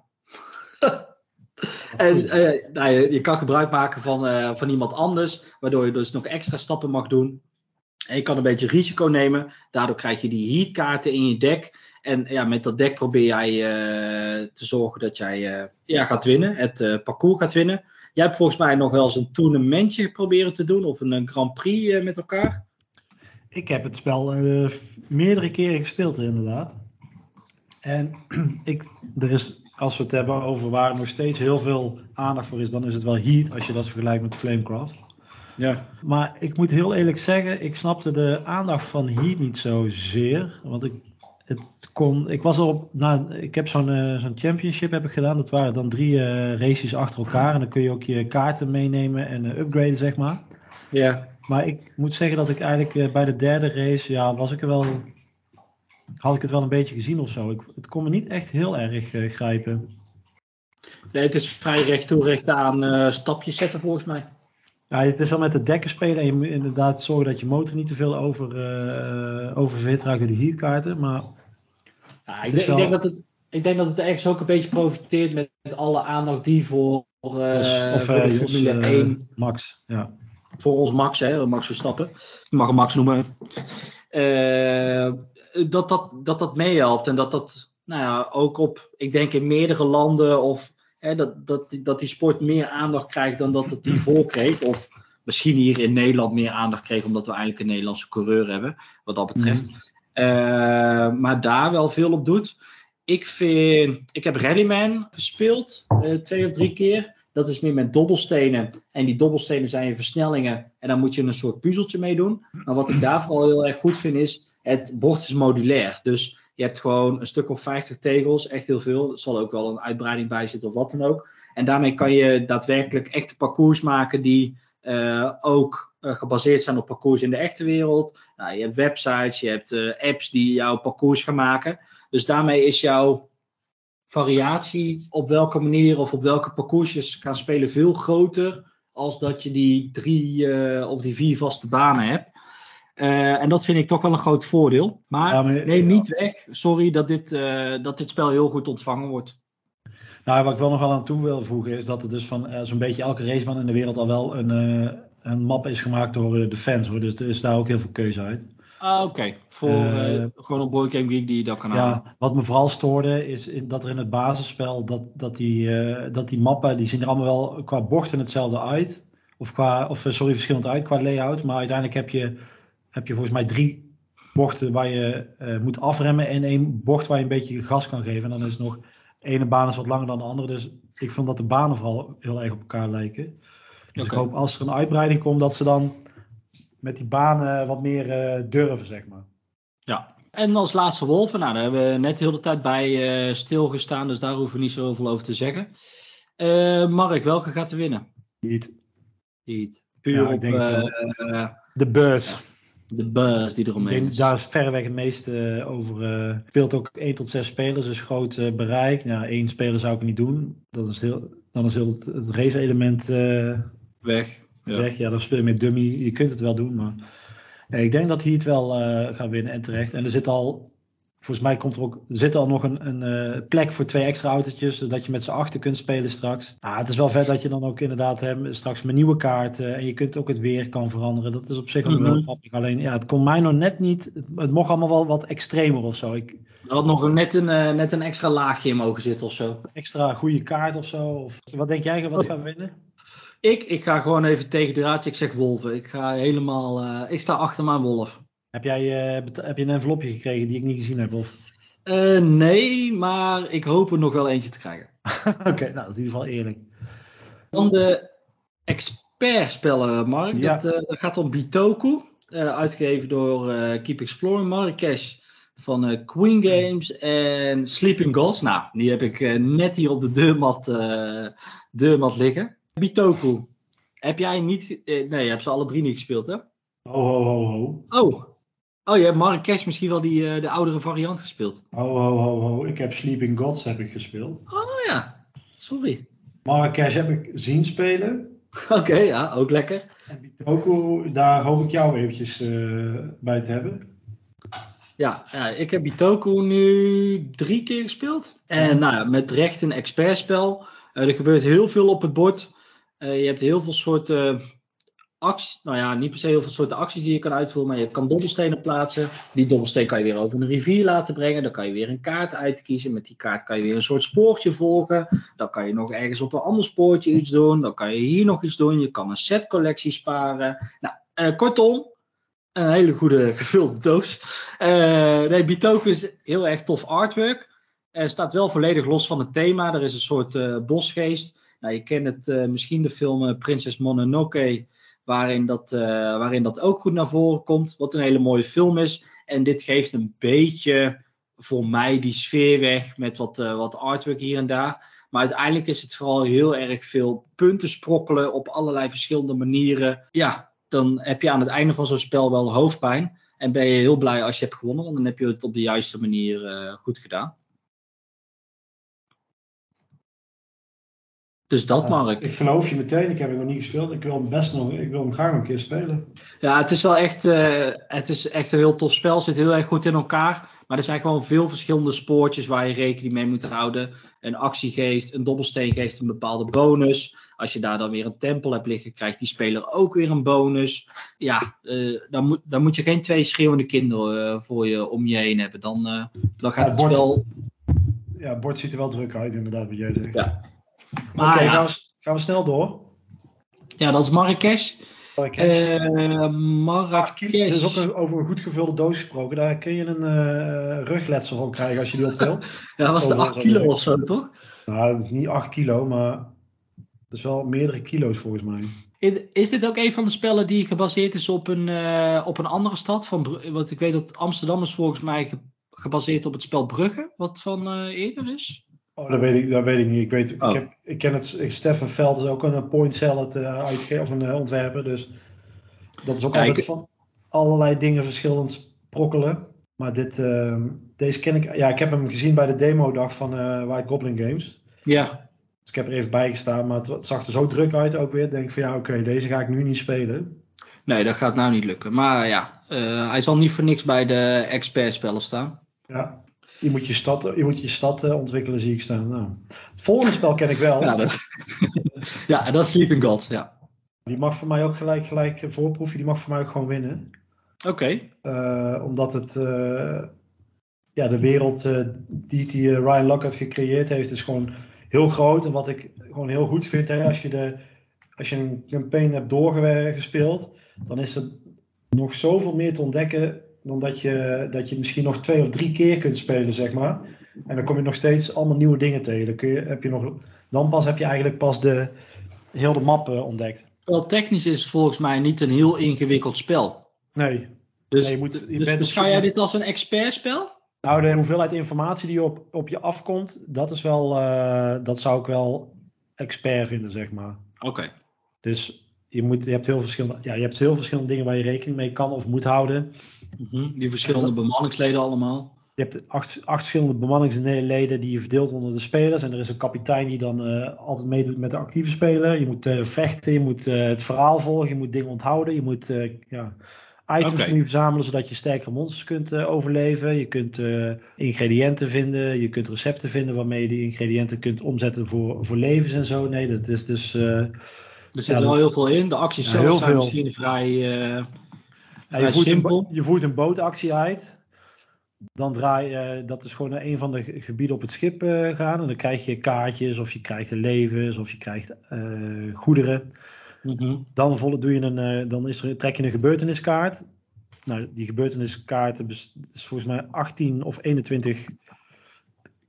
En je kan gebruik maken van iemand anders. Waardoor je dus nog extra stappen mag doen. En je kan een beetje risico nemen. Daardoor krijg je die Heat kaarten in je deck. En met dat deck probeer jij te zorgen dat jij gaat winnen. Het parcours gaat winnen. Jij hebt volgens mij nog wel eens een toernoementje proberen te doen. Of een Grand Prix met elkaar. Ik heb het spel meerdere keren gespeeld inderdaad. En er is, als we het hebben over waar er nog steeds heel veel aandacht voor is, dan is het wel Heat als je dat vergelijkt met Flamecraft. Ja. Maar ik moet heel eerlijk zeggen, ik snapte de aandacht van Heat niet zozeer. Want ik heb zo'n championship heb ik gedaan. Dat waren dan 3 races achter elkaar. En dan kun je ook je kaarten meenemen en upgraden, zeg maar. Ja. Maar ik moet zeggen dat ik eigenlijk bij de derde race, had ik het wel een beetje gezien of zo. Het kon me niet echt heel erg grijpen. Nee, het is vrij recht toe, recht aan stapjes zetten volgens mij. Ja, het is wel met de dekken spelen en je moet inderdaad zorgen dat je motor niet te veel oververhit raakt door de heatkaarten. Maar ja, ik denk dat het ergens ook een beetje profiteert met alle aandacht die voor de Formule 1 Max. Ja. Voor ons Max, Max Verstappen. Je mag hem Max noemen. Dat meehelpt en dat ook op, ik denk in meerdere landen of dat die sport meer aandacht krijgt dan dat het hiervoor kreeg. Of misschien hier in Nederland meer aandacht kreeg omdat we eigenlijk een Nederlandse coureur hebben, wat dat betreft. Maar daar wel veel op doet. Ik heb Rallyman gespeeld 2 of 3 keer. Dat is meer met dobbelstenen. En die dobbelstenen zijn je versnellingen. En dan moet je een soort puzzeltje mee doen. Maar wat ik daar vooral heel erg goed vind is, het bord is modulair. Dus je hebt gewoon een stuk of 50 tegels. Echt heel veel. Er zal ook wel een uitbreiding bij zitten of wat dan ook. En daarmee kan je daadwerkelijk echte parcours maken die ook gebaseerd zijn op parcours in de echte wereld. Nou, je hebt websites, je hebt apps die jouw parcours gaan maken. Dus daarmee is jouw variatie op welke manier of op welke parcoursjes gaan spelen veel groter als dat je die 3 of die 4 vaste banen hebt. En dat vind ik toch wel een groot voordeel. Maar neem niet weg, sorry, dat dit spel heel goed ontvangen wordt. Nou, wat ik wel nog wel aan toe wil voegen is dat er dus van zo'n beetje elke racebaan in de wereld al wel een map is gemaakt door de fans. Hoor. Dus er is daar ook heel veel keuze uit. Oké. Voor gewoon op Board Game Geek die je dat kan halen. Ja, wat me vooral stoorde is dat er in het basisspel dat die mappen, die zien er allemaal wel qua bochten hetzelfde uit. Verschillend uit qua layout. Maar uiteindelijk heb je volgens mij 3 bochten waar je moet afremmen en 1 bocht waar je een beetje gas kan geven. En dan is nog de ene baan is wat langer dan de andere. Dus ik vond dat de banen vooral heel erg op elkaar lijken. Dus ik hoop als er een uitbreiding komt dat ze dan met die banen wat meer durven, zeg maar. Ja, en als laatste Wolven, daar hebben we net heel de tijd bij stilgestaan, dus daar hoeven we niet zoveel over te zeggen. Mark, welke gaat er winnen? Heat. Puur ik op denk de buzz. De buzz die eromheen is. Daar is verreweg het meeste over. Speelt ook 1 tot 6 spelers, dus groot bereik. Ja, 1 speler zou ik niet doen. Dan is heel het race element weg. Ja. Weg. Ja, dan speel je met dummy. Je kunt het wel doen, maar ik denk dat hij het wel gaat winnen en terecht. En er zit al, volgens mij zit al nog een plek voor 2 extra autootjes, zodat je met z'n 8 kunt spelen straks. Het is wel vet dat je dan ook inderdaad straks met nieuwe kaarten en je kunt ook het weer kan veranderen. Dat is op zich ook wel grappig. Alleen, het kon mij nog net niet. Het mocht allemaal wel wat extremer of zo. Er had nog net een extra laagje in mogen zitten of zo. Extra goede kaart of zo. Of, wat denk jij, wat gaat winnen? Ik ga gewoon even tegen de raad. Ik zeg Wolven. Ik ga helemaal. Ik sta achter mijn Wolf. Heb je een envelopje gekregen die ik niet gezien heb? Of? Nee, maar ik hoop er nog wel eentje te krijgen. Oké, nou dat is in ieder geval eerlijk. Dan de expertspellen, Mark. Ja. Dat gaat om Bitoku. Uitgegeven door Keep Exploring. Marrakesh van Queen Games. En Sleeping Gods. Nou, die heb ik net hier op de deurmat liggen. Bitoku. Heb jij niet... nee, je hebt ze alle 3 niet gespeeld, hè? Ho. Oh, je hebt Marrakesh misschien wel de oudere variant gespeeld. Ho. Ik heb Sleeping Gods heb ik gespeeld. Oh ja, sorry. Marrakesh heb ik zien spelen. Oké, ja, ook lekker. En Bitoku, daar hoop ik jou eventjes bij te hebben. Ja, ik heb Bitoku nu 3 keer gespeeld. En nou ja, met recht een expertspel. Er gebeurt heel veel op het bord. Je hebt heel veel soorten acties. Nou ja, niet per se heel veel soorten acties die je kan uitvoeren. Maar je kan dobbelstenen plaatsen. Die dobbelsteen kan je weer over een rivier laten brengen. Dan kan je weer een kaart uitkiezen. Met die kaart kan je weer een soort spoortje volgen. Dan kan je nog ergens op een ander spoortje iets doen. Dan kan je hier nog iets doen. Je kan een setcollectie sparen. Nou, kortom. Een hele goede gevulde doos. Nee, Bitoku is heel erg tof artwork. Staat wel volledig los van het thema. Er is een soort bosgeest. Nou, je kent het misschien de film Prinses Mononoke. Waarin dat ook goed naar voren komt. Wat een hele mooie film is. En dit geeft een beetje voor mij die sfeer weg. Met wat artwork hier en daar. Maar uiteindelijk is het vooral heel erg veel punten sprokkelen. Op allerlei verschillende manieren. Ja, dan heb je aan het einde van zo'n spel wel hoofdpijn. En ben je heel blij als je hebt gewonnen. Want dan heb je het op de juiste manier goed gedaan. Dus dat, Mark. Ik geloof je meteen. Ik heb het nog niet gespeeld. Ik wil hem graag nog een keer spelen. Ja, het is wel echt, het is echt een heel tof spel. Het zit heel erg goed in elkaar. Maar er zijn gewoon veel verschillende spoortjes waar je rekening mee moet houden. Een actie geeft, een dobbelsteen geeft een bepaalde bonus. Als je daar dan weer een tempel hebt liggen, krijgt die speler ook weer een bonus. Ja, dan moet je geen 2 schreeuwende kinderen om je heen hebben. Dan gaat het spel... Ja, het bord ziet er wel druk uit, inderdaad, wat jij zegt. Ja. Oké, gaan we snel door. Ja, dat is Marrakesh. Marrakesh. Het is ook over een goed gevulde doos gesproken. Daar kun je een rugletsel van krijgen als je die optelt. Ja, was het 8 kilo of zo, toch? Nou, het is niet 8 kilo, maar het is wel meerdere kilo's volgens mij. Is dit ook een van de spellen die gebaseerd is op een andere stad? Want ik weet dat Amsterdam is volgens mij gebaseerd op het spel Brugge, wat van eerder is. Oh, dat weet ik niet. Ik ken het. Stefan Veld is ook een point salad uitgever of een ontwerper. Dus dat is ook altijd van allerlei dingen verschillend sprokkelen. Maar deze ken ik. Ja, ik heb hem gezien bij de demo-dag van White Goblin Games. Ja. Dus ik heb er even bij gestaan, maar het zag er zo druk uit ook weer. Denk van ja, oké, deze ga ik nu niet spelen. Nee, dat gaat nou niet lukken. Maar ja, hij zal niet voor niks bij de expertspellen staan. Ja. Je moet je stad ontwikkelen, zie ik staan. Nou, het volgende spel ken ik wel. Ja, dat is Sleeping Gods, ja. Die mag voor mij ook gelijk voorproefje. Die mag voor mij ook gewoon winnen. Oké. Omdat het... de wereld die Ryan Lockhart gecreëerd heeft, is gewoon heel groot. En wat ik gewoon heel goed vind, hè, als je een campaign hebt doorgespeeld, dan is er nog zoveel meer te ontdekken dan dat je misschien nog 2 of 3 keer kunt spelen, zeg maar. En dan kom je nog steeds allemaal nieuwe dingen tegen. Dan pas heb je eigenlijk pas heel de map ontdekt. Wel, technisch is het volgens mij niet een heel ingewikkeld spel. Nee. Dus beschouw jij dit als een expertspel? Nou, de hoeveelheid informatie die op je afkomt, dat is wel, dat zou ik wel expert vinden, zeg maar. Oké. Dus je hebt heel verschillende dingen waar je rekening mee kan of moet houden. Die verschillende bemanningsleden allemaal. Je hebt 8 verschillende bemanningsleden die je verdeelt onder de spelers. En er is een kapitein die dan altijd meedoet met de actieve speler. Je moet vechten, je moet het verhaal volgen, je moet dingen onthouden. Je moet items moet je verzamelen zodat je sterkere monsters kunt overleven. Je kunt ingrediënten vinden, je kunt recepten vinden waarmee je die ingrediënten kunt omzetten voor levens en zo. Nee, dat is dus... er zit wel heel veel in. De acties zelf zijn misschien vrij simpel. Je voert een bootactie uit. Dan dat is gewoon naar een van de gebieden op het schip gaan. En dan krijg je kaartjes, of je krijgt levens, of je krijgt goederen. Dan trek je een gebeurteniskaart. Nou, die gebeurteniskaart is volgens mij 18 of 21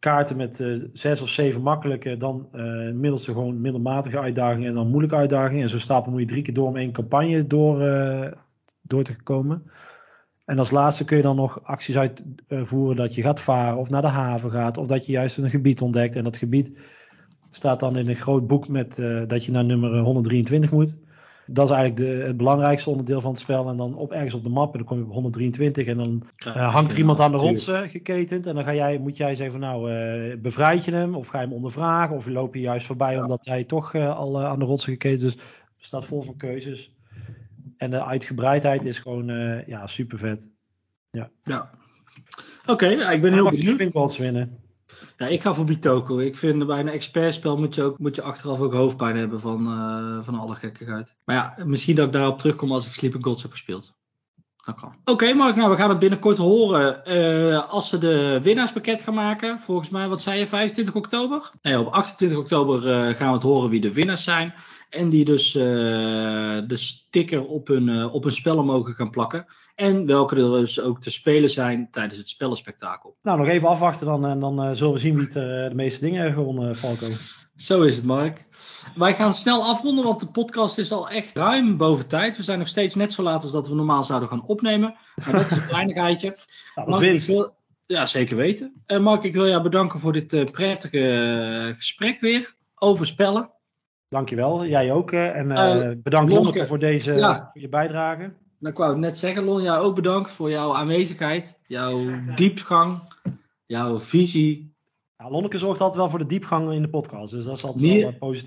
kaarten met 6 of 7 makkelijke, dan middelste gewoon middelmatige uitdagingen en dan moeilijke uitdagingen. En zo stapel moet je 3 keer door om 1 campagne door te komen. En als laatste kun je dan nog acties uitvoeren dat je gaat varen of naar de haven gaat. Of dat je juist een gebied ontdekt. En dat gebied staat dan in een groot boek met dat je naar nummer 123 moet. Dat is eigenlijk het belangrijkste onderdeel van het spel. En dan ergens op de map, en dan kom je op 123 en dan hangt er iemand aan de rots geketend. En dan moet jij zeggen van bevrijd je hem of ga je hem ondervragen. Of loop je juist voorbij omdat hij toch al aan de rots geketend is. Dus het staat vol van keuzes. En de uitgebreidheid is gewoon super vet. Ja. Oké, ik ben heel benieuwd. Pinballs winnen. Ja, ik ga voor Bitoku. Ik vind bij een expertspel moet je achteraf ook hoofdpijn hebben van alle gekkigheid. Maar ja, misschien dat ik daarop terugkom als ik Sleeping Gods heb gespeeld. Dat kan. Oké, Mark, we gaan het binnenkort horen als ze de winnaarspakket gaan maken. Volgens mij, wat zei je, 25 oktober? Nee, op 28 oktober gaan we het horen wie de winnaars zijn. En die dus de sticker op hun spellen mogen gaan plakken. En welke er dus ook te spelen zijn tijdens het spellenspektakel. Nou, nog even afwachten dan. En dan zullen we zien wie de meeste dingen heeft gewonnen, Falco. Zo is het, Mark. Wij gaan snel afronden, want de podcast is al echt ruim boven tijd. We zijn nog steeds net zo laat als dat we normaal zouden gaan opnemen. Maar dat is een kleinigheidje. Nou, dat is winst. Ja, zeker weten. Mark, ik wil jou bedanken voor dit prettige gesprek weer over spellen. Dankjewel, jij ook. En bedankt Lonneke voor voor je bijdrage. Dat wou ik net zeggen, Lon. Jij ook bedankt voor jouw aanwezigheid, jouw diepgang, jouw visie. Ja, Lonneke zorgt altijd wel voor de diepgang in de podcast, dus dat is altijd wel positief.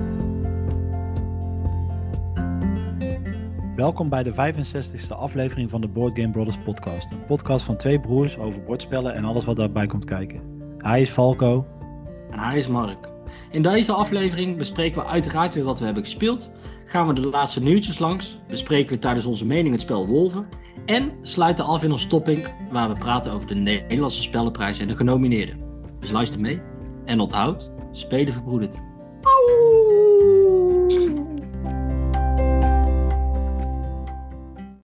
Welkom bij de 65e aflevering van de Board Game Brothers podcast. Een podcast van 2 broers over bordspellen en alles wat daarbij komt kijken. Hij is Falco. En hij is Mark. In deze aflevering bespreken we uiteraard weer wat we hebben gespeeld. Gaan we de laatste nieuwtjes langs. Bespreken we tijdens onze mening het spel Wolven. En sluiten af in ons topic waar we praten over de Nederlandse spellenprijs en de genomineerden. Dus luister mee. En onthoud, spelen verbroedert.